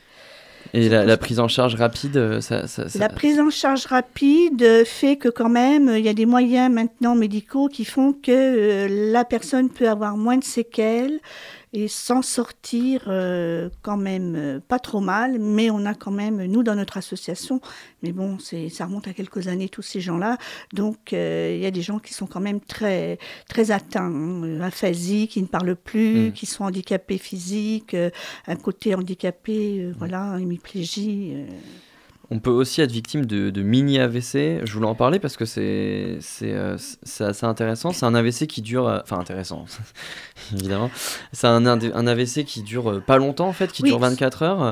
Et la, la prise en charge rapide, ça, ça, ça... La prise en charge rapide fait que quand même, il y a des moyens maintenant médicaux qui font que euh, la personne peut avoir moins de séquelles et s'en sortir euh, quand même euh, pas trop mal, mais on a quand même, nous dans notre association, mais bon, c'est, ça remonte à quelques années tous ces gens-là, donc euh, il y a des gens qui sont quand même très, très atteints, hein, aphasie, qui ne parlent plus, mmh. qui sont handicapés physiques, euh, un côté handicapé, euh, mmh. voilà, hémiplégie... Euh. On peut aussi être victime de, de mini-A V C. Je voulais en parler parce que c'est, c'est, euh, c'est assez intéressant. C'est un A V C qui dure... Euh, enfin, intéressant, évidemment. C'est un, un A V C qui dure pas longtemps, en fait, qui oui. dure vingt-quatre heures.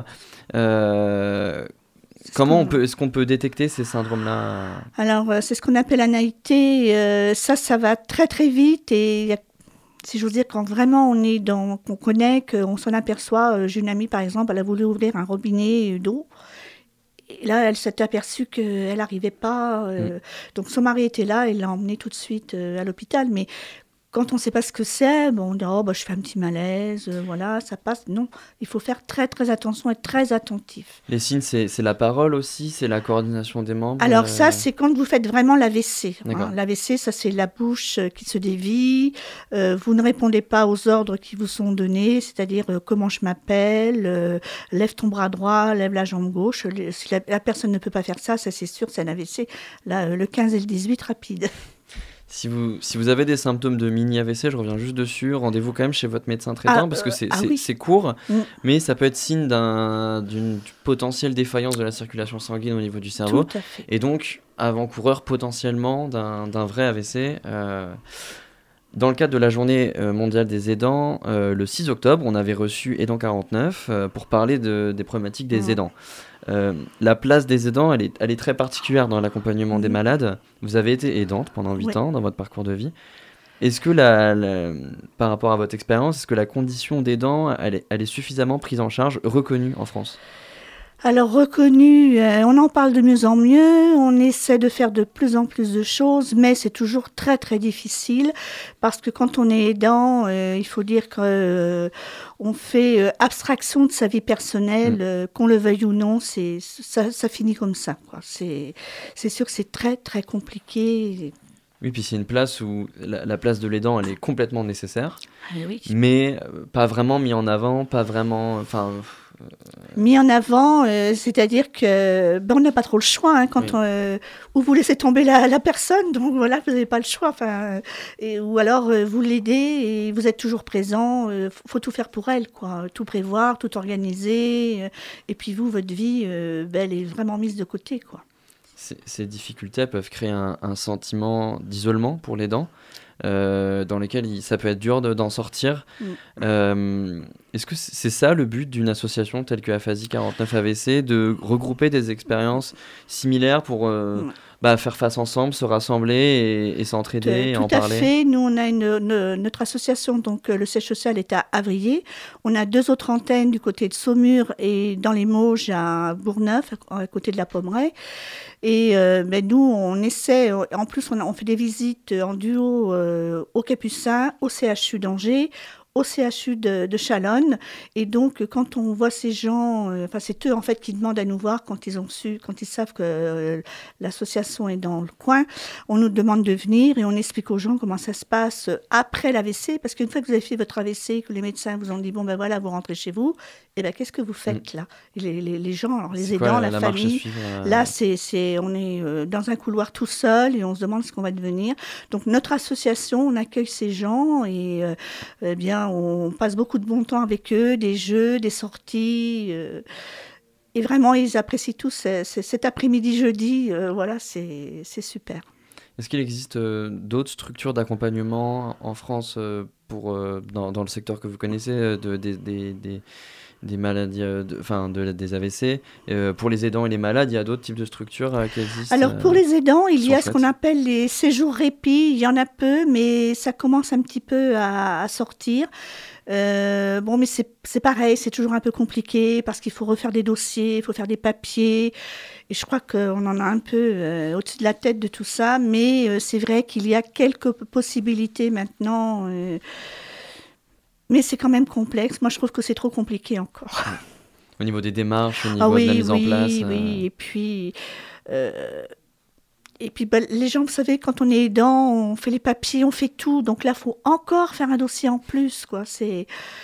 Euh, comment on peut, est-ce qu'on peut détecter ces syndromes-là? Alors, euh, c'est ce qu'on appelle un A I T. Euh, ça, ça va très, très vite et il y a... Si j'ose dire, quand vraiment on est dans... qu'on connaît, qu'on s'en aperçoit. Euh, j'ai une amie, par exemple, elle a voulu ouvrir un robinet d'eau. Et là, elle s'est aperçue qu'elle n'arrivait pas. Euh, mmh. Donc, son mari était là, elle l'a emmenée tout de suite euh, à l'hôpital. Mais quand on ne sait pas ce que c'est, bon, on dit « Oh, bah, je fais un petit malaise, euh, voilà, ça passe ». Non, il faut faire très, très attention et très attentif. Les signes, c'est, c'est la parole aussi, c'est la coordination des membres? Alors euh... ça, c'est quand vous faites vraiment l'A V C. Hein. L'A V C, ça, c'est la bouche qui se dévie. Euh, vous ne répondez pas aux ordres qui vous sont donnés, c'est-à-dire euh, comment je m'appelle, euh, lève ton bras droit, lève la jambe gauche. Si la, la personne ne peut pas faire ça, ça c'est sûr, c'est un A V C. Là, euh, le quinze et le dix-huit, rapide. Si vous, si vous avez des symptômes de mini-A V C, je reviens juste dessus, rendez-vous quand même chez votre médecin traitant, ah, parce que c'est, euh, ah c'est, oui. c'est court, mmh. mais ça peut être signe d'un, d'une potentielle défaillance de la circulation sanguine au niveau du cerveau. Tout à fait. Et donc, avant-coureur potentiellement d'un, d'un vrai A V C. Euh, dans le cadre de la journée mondiale des aidants, euh, le six octobre, on avait reçu Aidant quarante-neuf euh, pour parler de, des problématiques des mmh. aidants. Euh, la place des aidants, elle est, elle est très particulière dans l'accompagnement mmh. des malades. Vous avez été aidante pendant huit oui. ans dans votre parcours de vie. Est-ce que, la, la, par rapport à votre expérience, est-ce que la condition d'aidant, elle est, elle est suffisamment prise en charge, reconnue en France ? Alors reconnu, euh, on en parle de mieux en mieux, on essaie de faire de plus en plus de choses, mais c'est toujours très très difficile parce que quand on est aidant, euh, il faut dire qu'on euh, fait euh, abstraction de sa vie personnelle, mmh. euh, qu'on le veuille ou non, c'est, ça, ça finit comme ça, quoi. C'est, c'est sûr que c'est très très compliqué. Oui, puis c'est une place où la, la place de l'aidant, elle est complètement nécessaire, ah, oui. mais euh, pas vraiment mis en avant, pas vraiment... enfin. Euh... Mis en avant, euh, c'est-à-dire que ben, on n'a pas trop le choix hein, quand oui. on, euh, ou vous laissez tomber la, la personne, donc voilà, vous n'avez pas le choix, enfin, et, ou alors euh, vous l'aidez et vous êtes toujours présent, il euh, faut, faut tout faire pour elle, quoi, tout prévoir, tout organiser, euh, et puis vous, votre vie, euh, ben, elle est vraiment mise de côté, quoi. Ces, ces difficultés peuvent créer un, un sentiment d'isolement pour l'aidant, euh, dans lequel il, ça peut être dur de, d'en sortir. Mm. Euh, est-ce que c'est ça le but d'une association telle que Aphasie quarante-neuf A V C, de regrouper des expériences similaires pour euh, mm. bah, faire face ensemble, se rassembler et, et s'entraider Euh, et tout en à parler. fait. Nous, on a une, une- notre association, donc euh, le siège social est à Avrier. On a deux autres antennes du côté de Saumur et dans les Mauges à Bourgneuf, à, à côté de la Pommeraye. Et euh, ben, nous, on essaie, euh, en plus, on, a- on fait des visites en duo euh, au Capucin, au C H U d'Angers, au C H U de, de Chalonne. Et donc, quand on voit ces gens, euh, enfin, c'est eux, en fait, qui demandent à nous voir quand ils ont su, quand ils savent que euh, l'association est dans le coin. On nous demande de venir et on explique aux gens comment ça se passe après l'A V C. Parce qu'une fois que vous avez fait votre A V C, que les médecins vous ont dit, bon, ben voilà, vous rentrez chez vous, et ben qu'est-ce que vous faites là? Et les, les, les gens, alors les C'est aidants, quoi, la, la marche à famille, suivre, euh, là, c'est, c'est, on est euh, dans un couloir tout seul et on se demande ce qu'on va devenir. Donc, notre association, on accueille ces gens et euh, eh bien, on passe beaucoup de bon temps avec eux, des jeux, des sorties. euh, et vraiment, ils apprécient tous ce- ce- cet après-midi jeudi. euh, voilà, c'est, c'est super. Est-ce qu'il existe euh, d'autres structures d'accompagnement en France euh, pour, euh, dans, dans le secteur que vous connaissez, euh, de, des, des, des, des maladies, euh, de- enfin de, des A V C euh, pour les aidants et les malades, il y a d'autres types de structures euh, qui existent? Alors, pour euh, les aidants, il qui y sont a ce qu'on faites appelle les séjours répit. Il y en a peu, mais ça commence un petit peu à, à sortir. Euh, bon, mais c'est, c'est pareil, c'est toujours un peu compliqué parce qu'il faut refaire des dossiers, il faut faire des papiers. Et je crois qu'on en a un peu euh, au-dessus de la tête de tout ça. Mais euh, c'est vrai qu'il y a quelques possibilités maintenant. euh, mais c'est quand même complexe. Moi, je trouve que c'est trop compliqué encore. Au niveau des démarches, au niveau Ah oui, de la mise oui, en place. euh, oui. Et puis, euh, et puis bah, les gens, vous savez, quand on est aidant, on fait les papiers, on fait tout. Donc là, il faut encore faire un dossier en plus, quoi. C'est,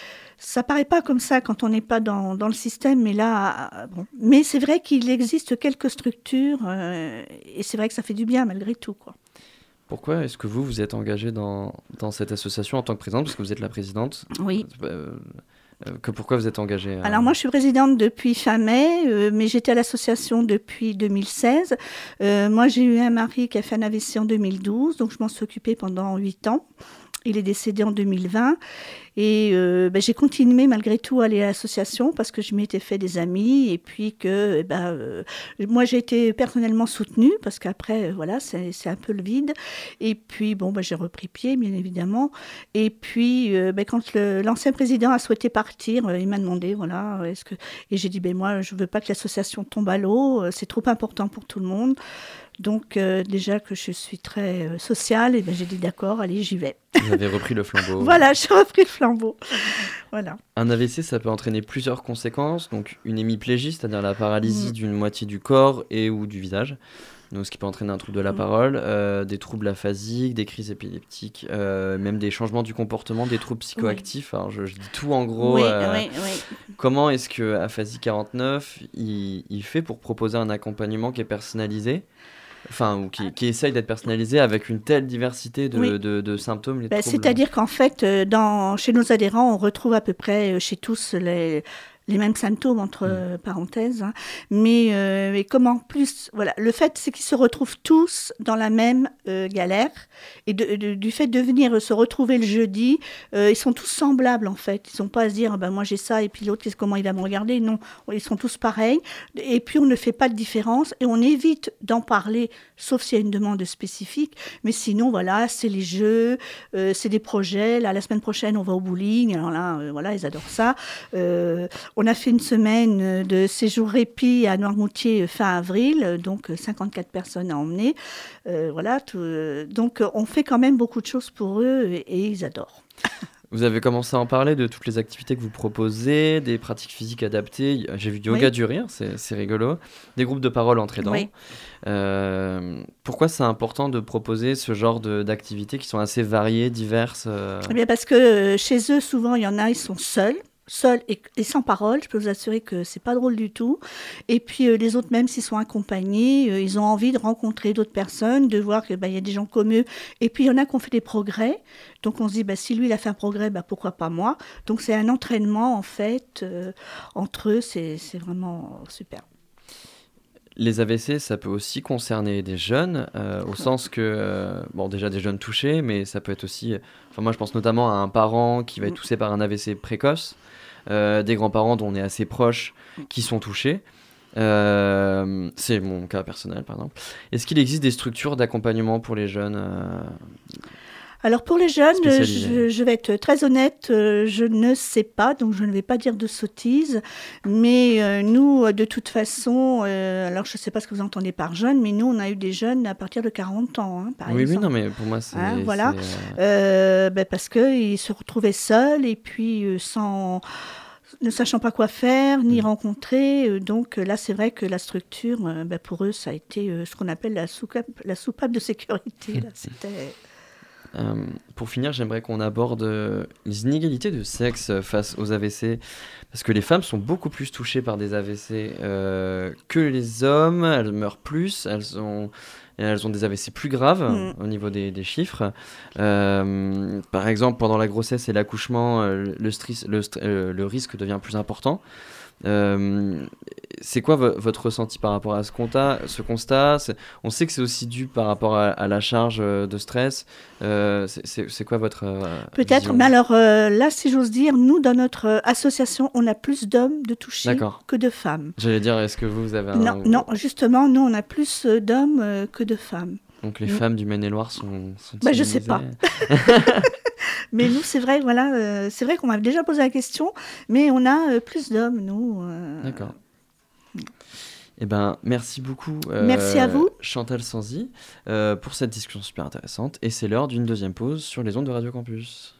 ça paraît pas comme ça quand on n'est pas dans, dans le système, mais là, euh, bon. Mais c'est vrai qu'il existe quelques structures, euh, et c'est vrai que ça fait du bien malgré tout, quoi. Pourquoi est-ce que vous, vous êtes engagée dans, dans cette association en tant que présidente, parce que vous êtes la présidente? Oui. Euh, euh, que pourquoi vous êtes engagée? euh, Alors moi, je suis présidente depuis fin mai, euh, mais j'étais à l'association depuis deux mille seize. Euh, moi, j'ai eu un mari qui a fait un A V C en deux mille douze, donc je m'en suis occupée pendant huit ans. Il est décédé en deux mille vingt. Et euh, ben, j'ai continué malgré tout à aller à l'association parce que je m'étais fait des amis et puis que eh ben, euh, moi j'ai été personnellement soutenue parce qu'après euh, voilà c'est, c'est un peu le vide. Et puis bon ben, j'ai repris pied bien évidemment. Et puis euh, ben, quand le, l'ancien président a souhaité partir, euh, il m'a demandé voilà est-ce que et j'ai dit ben moi je veux pas que l'association tombe à l'eau, euh, c'est trop important pour tout le monde. Donc euh, déjà que je suis très euh, sociale, et ben j'ai dit d'accord, allez, j'y vais. Vous avez repris le flambeau. Voilà, j'ai repris le flambeau. Voilà. Un A V C, ça peut entraîner plusieurs conséquences, donc une hémiplégie, c'est-à-dire la paralysie Mm. d'une moitié du corps et ou du visage, donc ce qui peut entraîner un trouble de la Mm. parole, euh, des troubles aphasiques, des crises épileptiques, euh, même des changements du comportement, des troubles psychoactifs. Alors je, je dis tout en gros. Oui, euh, oui, oui. Comment est-ce que Aphasie quarante-neuf il, il fait pour proposer un accompagnement qui est personnalisé? Enfin, ou qui, qui essaye d'être personnalisé avec une telle diversité de, Oui. de, de symptômes et de Ben, troubles. c'est-à-dire qu'en fait, euh, dans, chez nos adhérents, on retrouve à peu près euh, chez tous les, les mêmes symptômes, entre euh, parenthèses. Hein. Mais, euh, mais comme en plus, voilà, le fait, c'est qu'ils se retrouvent tous dans la même euh, galère. Et de, de- du fait de venir se retrouver le jeudi, euh, ils sont tous semblables, en fait. Ils ne sont pas à se dire, ben, moi j'ai ça, et puis l'autre, qu'est-ce- comment il va me regarder? Non, ils sont tous pareils. Et puis, on ne fait pas de différence. Et on évite d'en parler, sauf s'il y a une demande spécifique. Mais sinon, voilà, c'est les jeux, euh, c'est des projets. Là, la semaine prochaine, on va au bowling. Alors là, euh, voilà, ils adorent ça. Euh, on a fait une semaine euh, de séjour répit à Noirmoutier euh, fin avril, euh, donc euh, cinquante-quatre personnes à emmener. Euh, voilà, tout, euh, donc euh, on fait quand même beaucoup de choses pour eux et, et ils adorent. Vous avez commencé à en parler de toutes les activités que vous proposez, des pratiques physiques adaptées. J'ai vu du yoga Oui. du rire, c'est, c'est rigolo. Des groupes de parole entre aidants. Oui. Euh, pourquoi c'est important de proposer ce genre de, d'activités qui sont assez variées, diverses euh, Eh bien parce que euh, chez eux, souvent, il y en a, ils sont seuls. Seuls et, et sans parole, je peux vous assurer que c'est pas drôle du tout. Et puis euh, les autres, même s'ils sont accompagnés, euh, ils ont envie de rencontrer d'autres personnes, de voir qu'il y a des gens comme eux. Et puis il y en a qui ont fait des progrès. Donc on se dit, bah, si lui il a fait un progrès, bah, pourquoi pas moi? Donc c'est un entraînement en fait euh, entre eux, c'est, c'est vraiment super. Les A V C, ça peut aussi concerner des jeunes, euh, au sens que, euh, bon, déjà des jeunes touchés, mais ça peut être aussi, enfin moi je pense notamment à un parent qui va être touché par un A V C précoce, euh, des grands-parents dont on est assez proche qui sont touchés. Euh, c'est mon cas personnel, par exemple. Est-ce qu'il existe des structures d'accompagnement pour les jeunes euh, Alors pour les jeunes, spécialisés. je, je vais être très honnête, euh, je ne sais pas, donc je ne vais pas dire de sottises, mais euh, nous, de toute façon, euh, alors je ne sais pas ce que vous entendez par jeunes, mais nous, on a eu des jeunes à partir de quarante ans, hein, par Oui, exemple. oui, non, mais pour moi, c'est... Hein, voilà, c'est, euh... Euh, ben parce qu'ils se retrouvaient seuls et puis euh, sans... ne sachant pas quoi faire, ni mmh. rencontrer. Euh, donc là, c'est vrai que la structure, euh, ben, pour eux, ça a été euh, ce qu'on appelle la soupape, la soupape de sécurité. Là, c'était... Euh, pour finir, j'aimerais qu'on aborde euh, les inégalités de sexe face aux A V C, parce que les femmes sont beaucoup plus touchées par des A V C euh, que les hommes, elles meurent plus, elles ont, elles ont des A V C plus graves mmh. au niveau des, des chiffres. Euh, par exemple, pendant la grossesse et l'accouchement, euh, le, stress, le, euh, le risque devient plus important. Euh, c'est quoi v- votre ressenti par rapport à ce constat, ce constat c'est, on sait que c'est aussi dû par rapport à, à la charge de stress. Euh, c'est, c'est, c'est quoi votre euh, Peut-être, vision? mais alors euh, là, si j'ose dire, nous, dans notre euh, association, on a plus d'hommes de touchés D'accord. que de femmes. J'allais dire, est-ce que vous, vous avez un... Non, non, justement, nous, on a plus euh, d'hommes euh, que de femmes. Donc les nous... femmes du Maine-et-Loire sont... sont bah, je sais pas. Mais nous, c'est vrai, voilà, euh, c'est vrai qu'on m'a déjà posé la question, mais on a euh, plus d'hommes, nous. Euh... D'accord. Eh ben, merci beaucoup. Euh, merci à vous. Chantal Sanzi, euh, pour cette discussion super intéressante. Et c'est l'heure d'une deuxième pause sur les ondes de Radio Campus.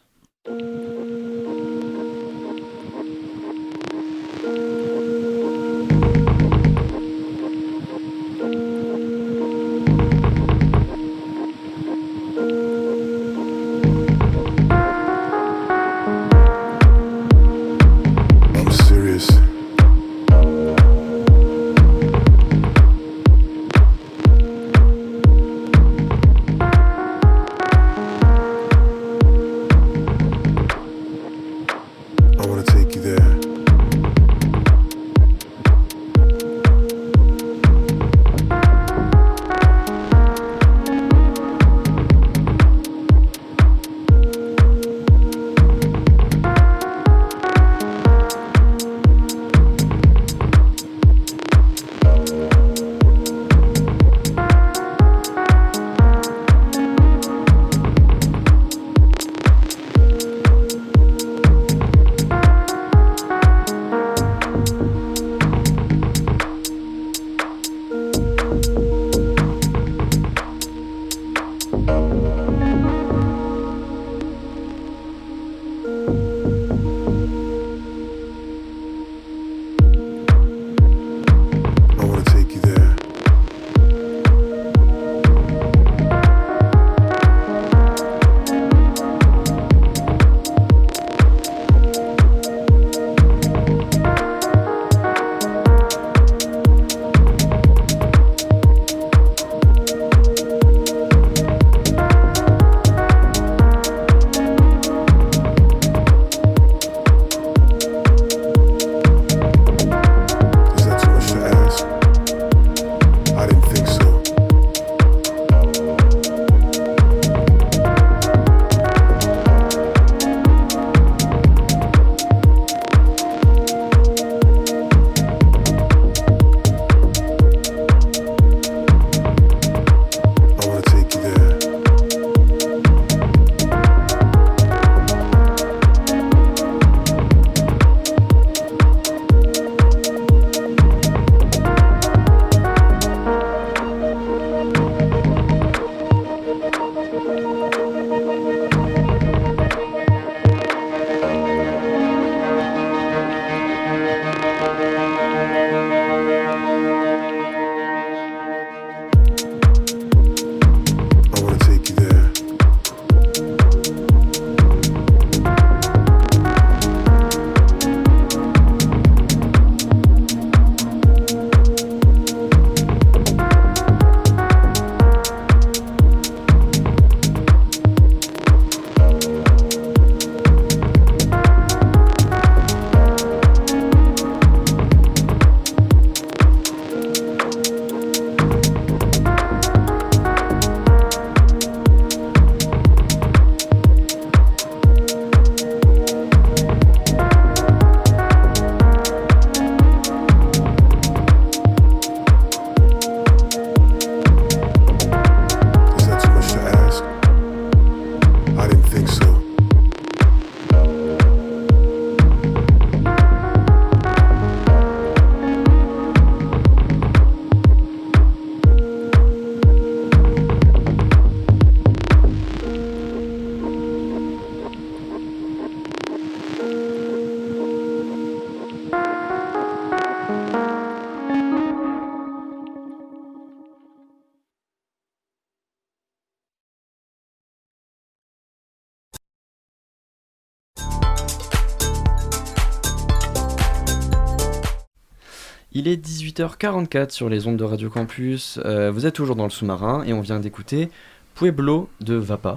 Il est dix-huit heures quarante-quatre sur les ondes de Radio Campus. Euh, vous êtes toujours dans le sous-marin et on vient d'écouter Pueblo de Vapa.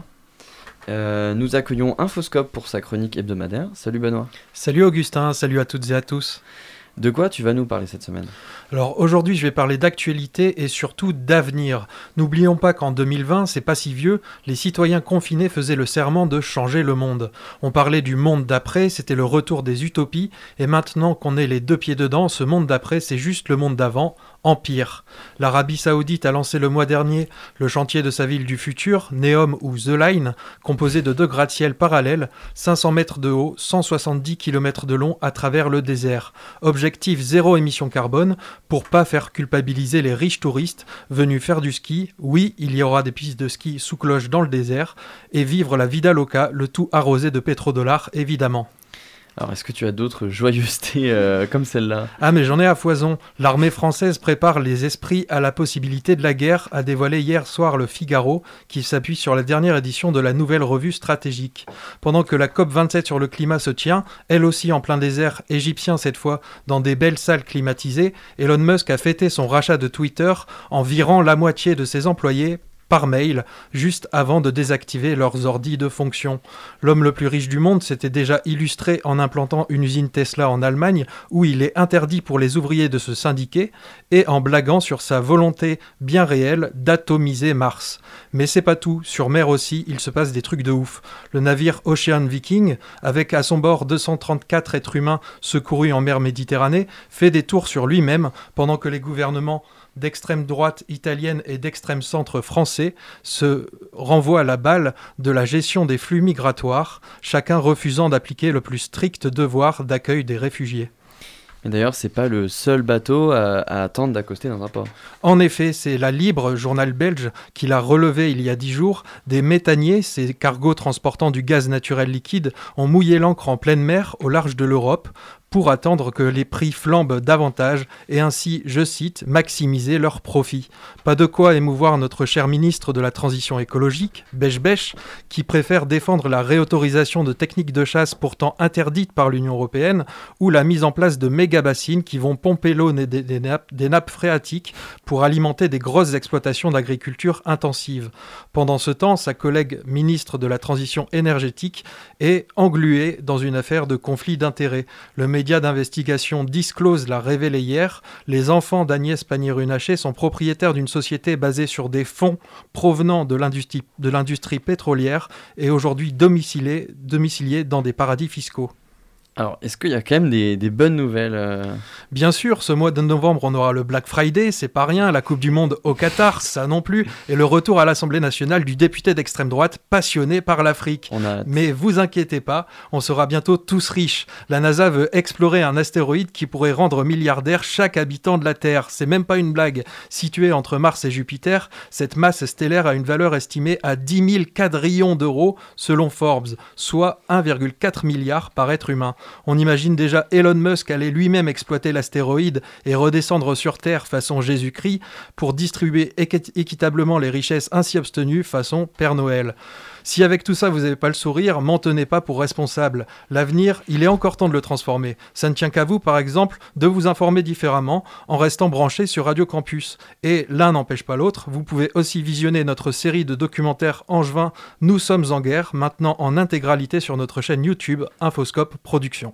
Euh, nous accueillons Infoscope pour sa chronique hebdomadaire. Salut Benoît. Salut Augustin, salut à toutes et à tous. De quoi tu vas nous parler cette semaine ? Alors aujourd'hui je vais parler d'actualité et surtout d'avenir. N'oublions pas qu'en deux mille vingt, c'est pas si vieux, les citoyens confinés faisaient le serment de changer le monde. On parlait du monde d'après, c'était le retour des utopies, et maintenant qu'on est les deux pieds dedans, ce monde d'après c'est juste le monde d'avant, en pire. L'Arabie Saoudite a lancé le mois dernier le chantier de sa ville du futur, Neom ou The Line, composé de deux gratte-ciel parallèles, cinq cents mètres de haut, cent soixante-dix kilomètres de long à travers le désert. Objectif zéro émission carbone, pour pas faire culpabiliser les riches touristes venus faire du ski. Oui, il y aura des pistes de ski sous cloche dans le désert, et vivre la vida loca, le tout arrosé de pétrodollars évidemment. Alors, est-ce que tu as d'autres joyeusetés euh, comme celle-là ? Ah, mais j'en ai à foison. L'armée française prépare les esprits à la possibilité de la guerre, a dévoilé hier soir le Figaro, qui s'appuie sur la dernière édition de la nouvelle revue stratégique. Pendant que la COP vingt-sept sur le climat se tient, elle aussi en plein désert, égyptien cette fois, dans des belles salles climatisées, Elon Musk a fêté son rachat de Twitter en virant la moitié de ses employés par mail, juste avant de désactiver leurs ordis de fonction. L'homme le plus riche du monde s'était déjà illustré en implantant une usine Tesla en Allemagne, où il est interdit pour les ouvriers de se syndiquer, et en blaguant sur sa volonté bien réelle d'atomiser Mars. Mais c'est pas tout, sur mer aussi, il se passe des trucs de ouf. Le navire Ocean Viking, avec à son bord deux cent trente-quatre êtres humains secourus en mer Méditerranée, fait des tours sur lui-même, pendant que les gouvernements d'extrême droite italienne et d'extrême centre français se renvoient la balle de la gestion des flux migratoires, chacun refusant d'appliquer le plus strict devoir d'accueil des réfugiés. Et d'ailleurs, c'est pas le seul bateau à, à attendre d'accoster dans un port. En effet, c'est la Libre, journal belge, qui l'a relevé il y a dix jours. Des méthaniers, ces cargos transportant du gaz naturel liquide, ont mouillé l'ancre en pleine mer au large de l'Europe pour attendre que les prix flambent davantage et ainsi, je cite, maximiser leurs profits. Pas de quoi émouvoir notre cher ministre de la Transition écologique, Bech Bech, qui préfère défendre la réautorisation de techniques de chasse pourtant interdites par l'Union européenne ou la mise en place de méga-bassines qui vont pomper l'eau des, des, nappes, des nappes phréatiques pour alimenter des grosses exploitations d'agriculture intensive. Pendant ce temps, sa collègue ministre de la Transition énergétique est engluée dans une affaire de conflit d'intérêts. Le média d'investigation Disclose l'a révélé hier, les enfants d'Agnès Pannier-Runacher sont propriétaires d'une société basée sur des fonds provenant de l'industrie, de l'industrie pétrolière et aujourd'hui domiciliés, domiciliés dans des paradis fiscaux. Alors, est-ce qu'il y a quand même des, des bonnes nouvelles euh... Bien sûr, ce mois de novembre, on aura le Black Friday, c'est pas rien, la Coupe du Monde au Qatar, ça non plus, et le retour à l'Assemblée nationale du député d'extrême droite passionné par l'Afrique. A... Mais vous inquiétez pas, on sera bientôt tous riches. La NASA veut explorer un astéroïde qui pourrait rendre milliardaire chaque habitant de la Terre. C'est même pas une blague. Situé entre Mars et Jupiter, cette masse stellaire a une valeur estimée à dix mille quadrillions d'euros selon Forbes, soit un virgule quatre milliard par être humain. On imagine déjà Elon Musk aller lui-même exploiter l'astéroïde et redescendre sur Terre façon Jésus-Christ pour distribuer équ- équitablement les richesses ainsi obtenues façon Père Noël. Si avec tout ça vous n'avez pas le sourire, m'en tenez pas pour responsable. L'avenir, il est encore temps de le transformer. Ça ne tient qu'à vous, par exemple, de vous informer différemment en restant branché sur Radio Campus. Et l'un n'empêche pas l'autre, vous pouvez aussi visionner notre série de documentaires angevins Nous sommes en guerre, maintenant en intégralité sur notre chaîne YouTube Infoscope Productions.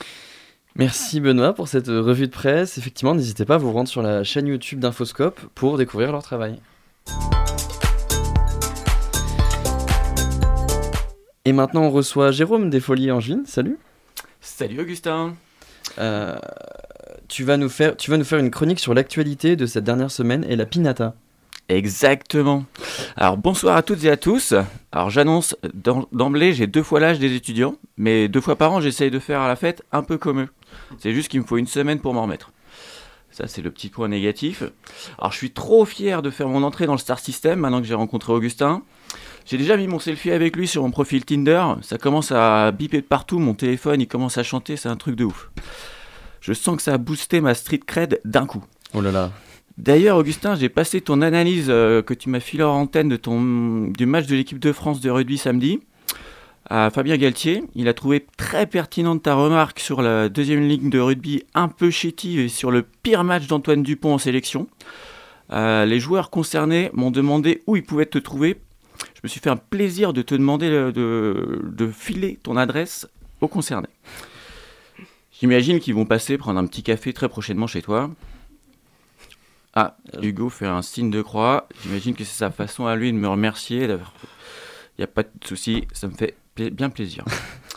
Merci Benoît pour cette revue de presse. Effectivement, n'hésitez pas à vous rendre sur la chaîne YouTube d'Infoscope pour découvrir leur travail. Et maintenant, on reçoit Jérôme des Folies Angevines. Salut. Salut Augustin. Euh, tu, vas nous faire, tu vas nous faire une chronique sur l'actualité de cette dernière semaine et la pinata. Exactement. Alors bonsoir à toutes et à tous. Alors j'annonce d'emblée, j'ai deux fois l'âge des étudiants, mais deux fois par an, j'essaye de faire à la fête un peu comme eux. C'est juste qu'il me faut une semaine pour m'en remettre. Ça, c'est le petit point négatif. Alors je suis trop fier de faire mon entrée dans le Star System maintenant que j'ai rencontré Augustin. J'ai déjà mis mon selfie avec lui sur mon profil Tinder. Ça commence à biper de partout, mon téléphone il commence à chanter, c'est un truc de ouf. Je sens que ça a boosté ma street cred d'un coup. Oh là là. D'ailleurs, Augustin, j'ai passé ton analyse euh, que tu m'as filé en antenne de ton, du match de l'équipe de France de rugby samedi. à Fabien Galtier. Il a trouvé très pertinente ta remarque sur la deuxième ligue de rugby un peu chétive et sur le pire match d'Antoine Dupont en sélection. Euh, les joueurs concernés m'ont demandé où ils pouvaient te trouver. Je me suis fait un plaisir de te demander de, de, de filer ton adresse aux concernés. J'imagine qu'ils vont passer prendre un petit café très prochainement chez toi. Ah, Hugo fait un signe de croix. J'imagine que c'est sa façon à lui de me remercier. Il n'y a pas de souci, ça me fait pla- bien plaisir.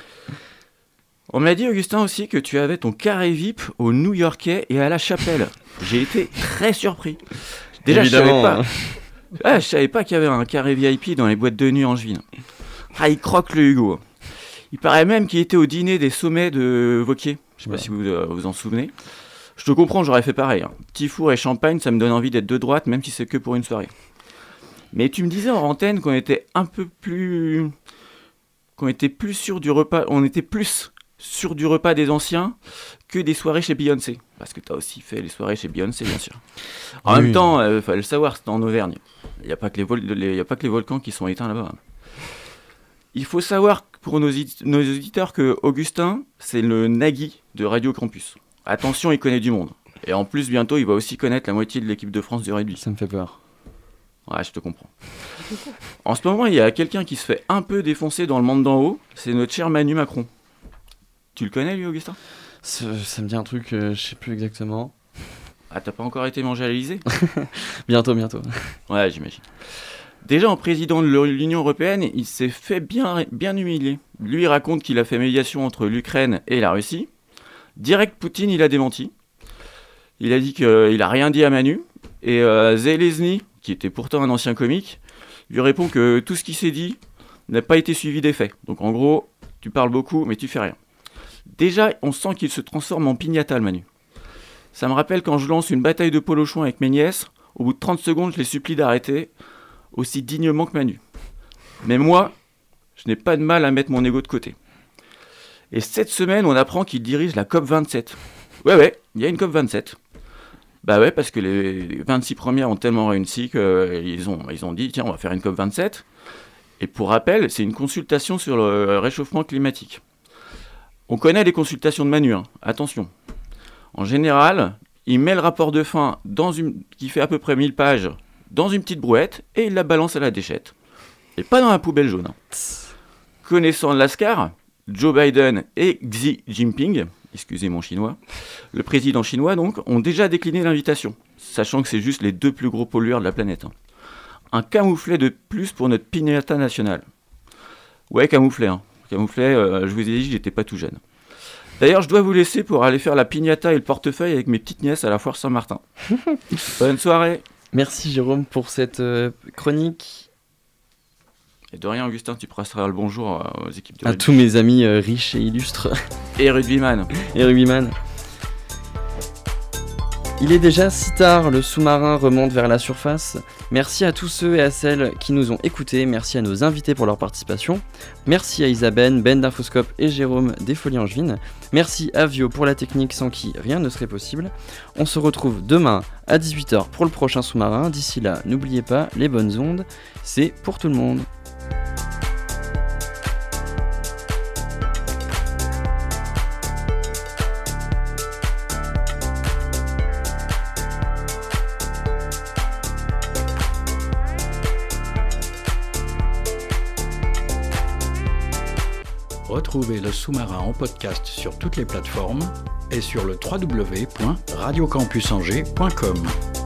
On m'a dit, Augustin, aussi que tu avais ton carré V I P au New-Yorkais et à la Chapelle. J'ai été très surpris. Déjà, Évidemment, je savais pas... Ah, je savais pas qu'il y avait un carré V I P dans les boîtes de nuit angevines. Ah, il croque le Hugo. Il paraît même qu'il était au dîner des sommets de Vauquier. Je sais pas Ouais. si vous euh, vous en souvenez. Je te comprends, j'aurais fait pareil. Hein. Petit four et champagne, ça me donne envie d'être de droite, même si c'est que pour une soirée. Mais tu me disais en antenne qu'on était un peu plus... qu'on était plus sûr du repas... On était plus sûr du repas des anciens que des soirées chez Beyoncé. Parce que tu as aussi fait les soirées chez Beyoncé, bien sûr. En Oui. même temps, il euh, fallait le savoir, c'était en Auvergne. Il n'y a, pas que les vol- les- y a pas que les volcans qui sont éteints là-bas. Il faut savoir pour nos, id- nos auditeurs que Augustin, c'est le Nagui de Radio Campus. Attention, il connaît du monde. Et en plus, bientôt, il va aussi connaître la moitié de l'équipe de France du rugby. Ça me fait peur. Ouais, je te comprends. En ce moment, il y a quelqu'un qui se fait un peu défoncer dans le monde d'en haut. C'est notre cher Manu Macron. Tu le connais, lui, Augustin ? Ça, ça me dit un truc, euh, je sais plus exactement. Ah, t'as pas encore été mangé à l'Elysée ? Bientôt, bientôt. Ouais, j'imagine. Déjà, en président de l'Union Européenne, il s'est fait bien, bien humilier. Lui, il raconte qu'il a fait médiation entre l'Ukraine et la Russie. Direct, Poutine, il a démenti. Il a dit qu'il a rien dit à Manu. Et euh, Zelensky, qui était pourtant un ancien comique, lui répond que tout ce qui s'est dit n'a pas été suivi des faits. Donc en gros, tu parles beaucoup, mais tu fais rien. Déjà, on sent qu'il se transforme en pignata, le Manu. Ça me rappelle quand je lance une bataille de polochon avec mes nièces, au bout de trente secondes, je les supplie d'arrêter, aussi dignement que Manu. Mais moi, je n'ai pas de mal à mettre mon ego de côté. Et cette semaine, on apprend qu'il dirige la COP vingt-sept. Ouais, ouais, il y a une COP vingt-sept. Bah ouais, parce que les vingt-six premières ont tellement réussi qu'ils ont, ils ont dit, tiens, on va faire une COP vingt-sept. Et pour rappel, c'est une consultation sur le réchauffement climatique. On connaît les consultations de Manu, hein. Attention. En général, il met le rapport de fin dans une, qui fait à peu près mille pages dans une petite brouette et il la balance à la déchette. Et pas dans la poubelle jaune. Hein. Connaissant l'Ascar, Joe Biden et Xi Jinping, excusez mon chinois, le président chinois donc, ont déjà décliné l'invitation, sachant que c'est juste les deux plus gros pollueurs de la planète. Hein. Un camouflet de plus pour notre pignata nationale. Ouais, camouflet. Hein. Camouflet, euh, je vous ai dit, j'étais pas tout jeune. D'ailleurs, je dois vous laisser pour aller faire la pignata et le portefeuille avec mes petites nièces à la foire Saint-Martin. Bonne soirée. Merci Jérôme pour cette euh, chronique. Et de rien, Augustin, tu passeras le bonjour aux équipes de À rugby. tous mes amis euh, riches et illustres. Et rugbyman. Et rugbyman. Il est déjà si tard, le sous-marin remonte vers la surface. Merci à tous ceux et à celles qui nous ont écoutés, merci à nos invités pour leur participation, merci à Isabelle, Ben d'Infoscope et Jérôme des Folies Angevines, merci à Vio pour la technique sans qui rien ne serait possible. On se retrouve demain à dix-huit heures pour le prochain sous-marin, d'ici là, n'oubliez pas, les bonnes ondes, c'est pour tout le monde. Retrouvez le sous-marin en podcast sur toutes les plateformes et sur le w w w point radio campus angers point com.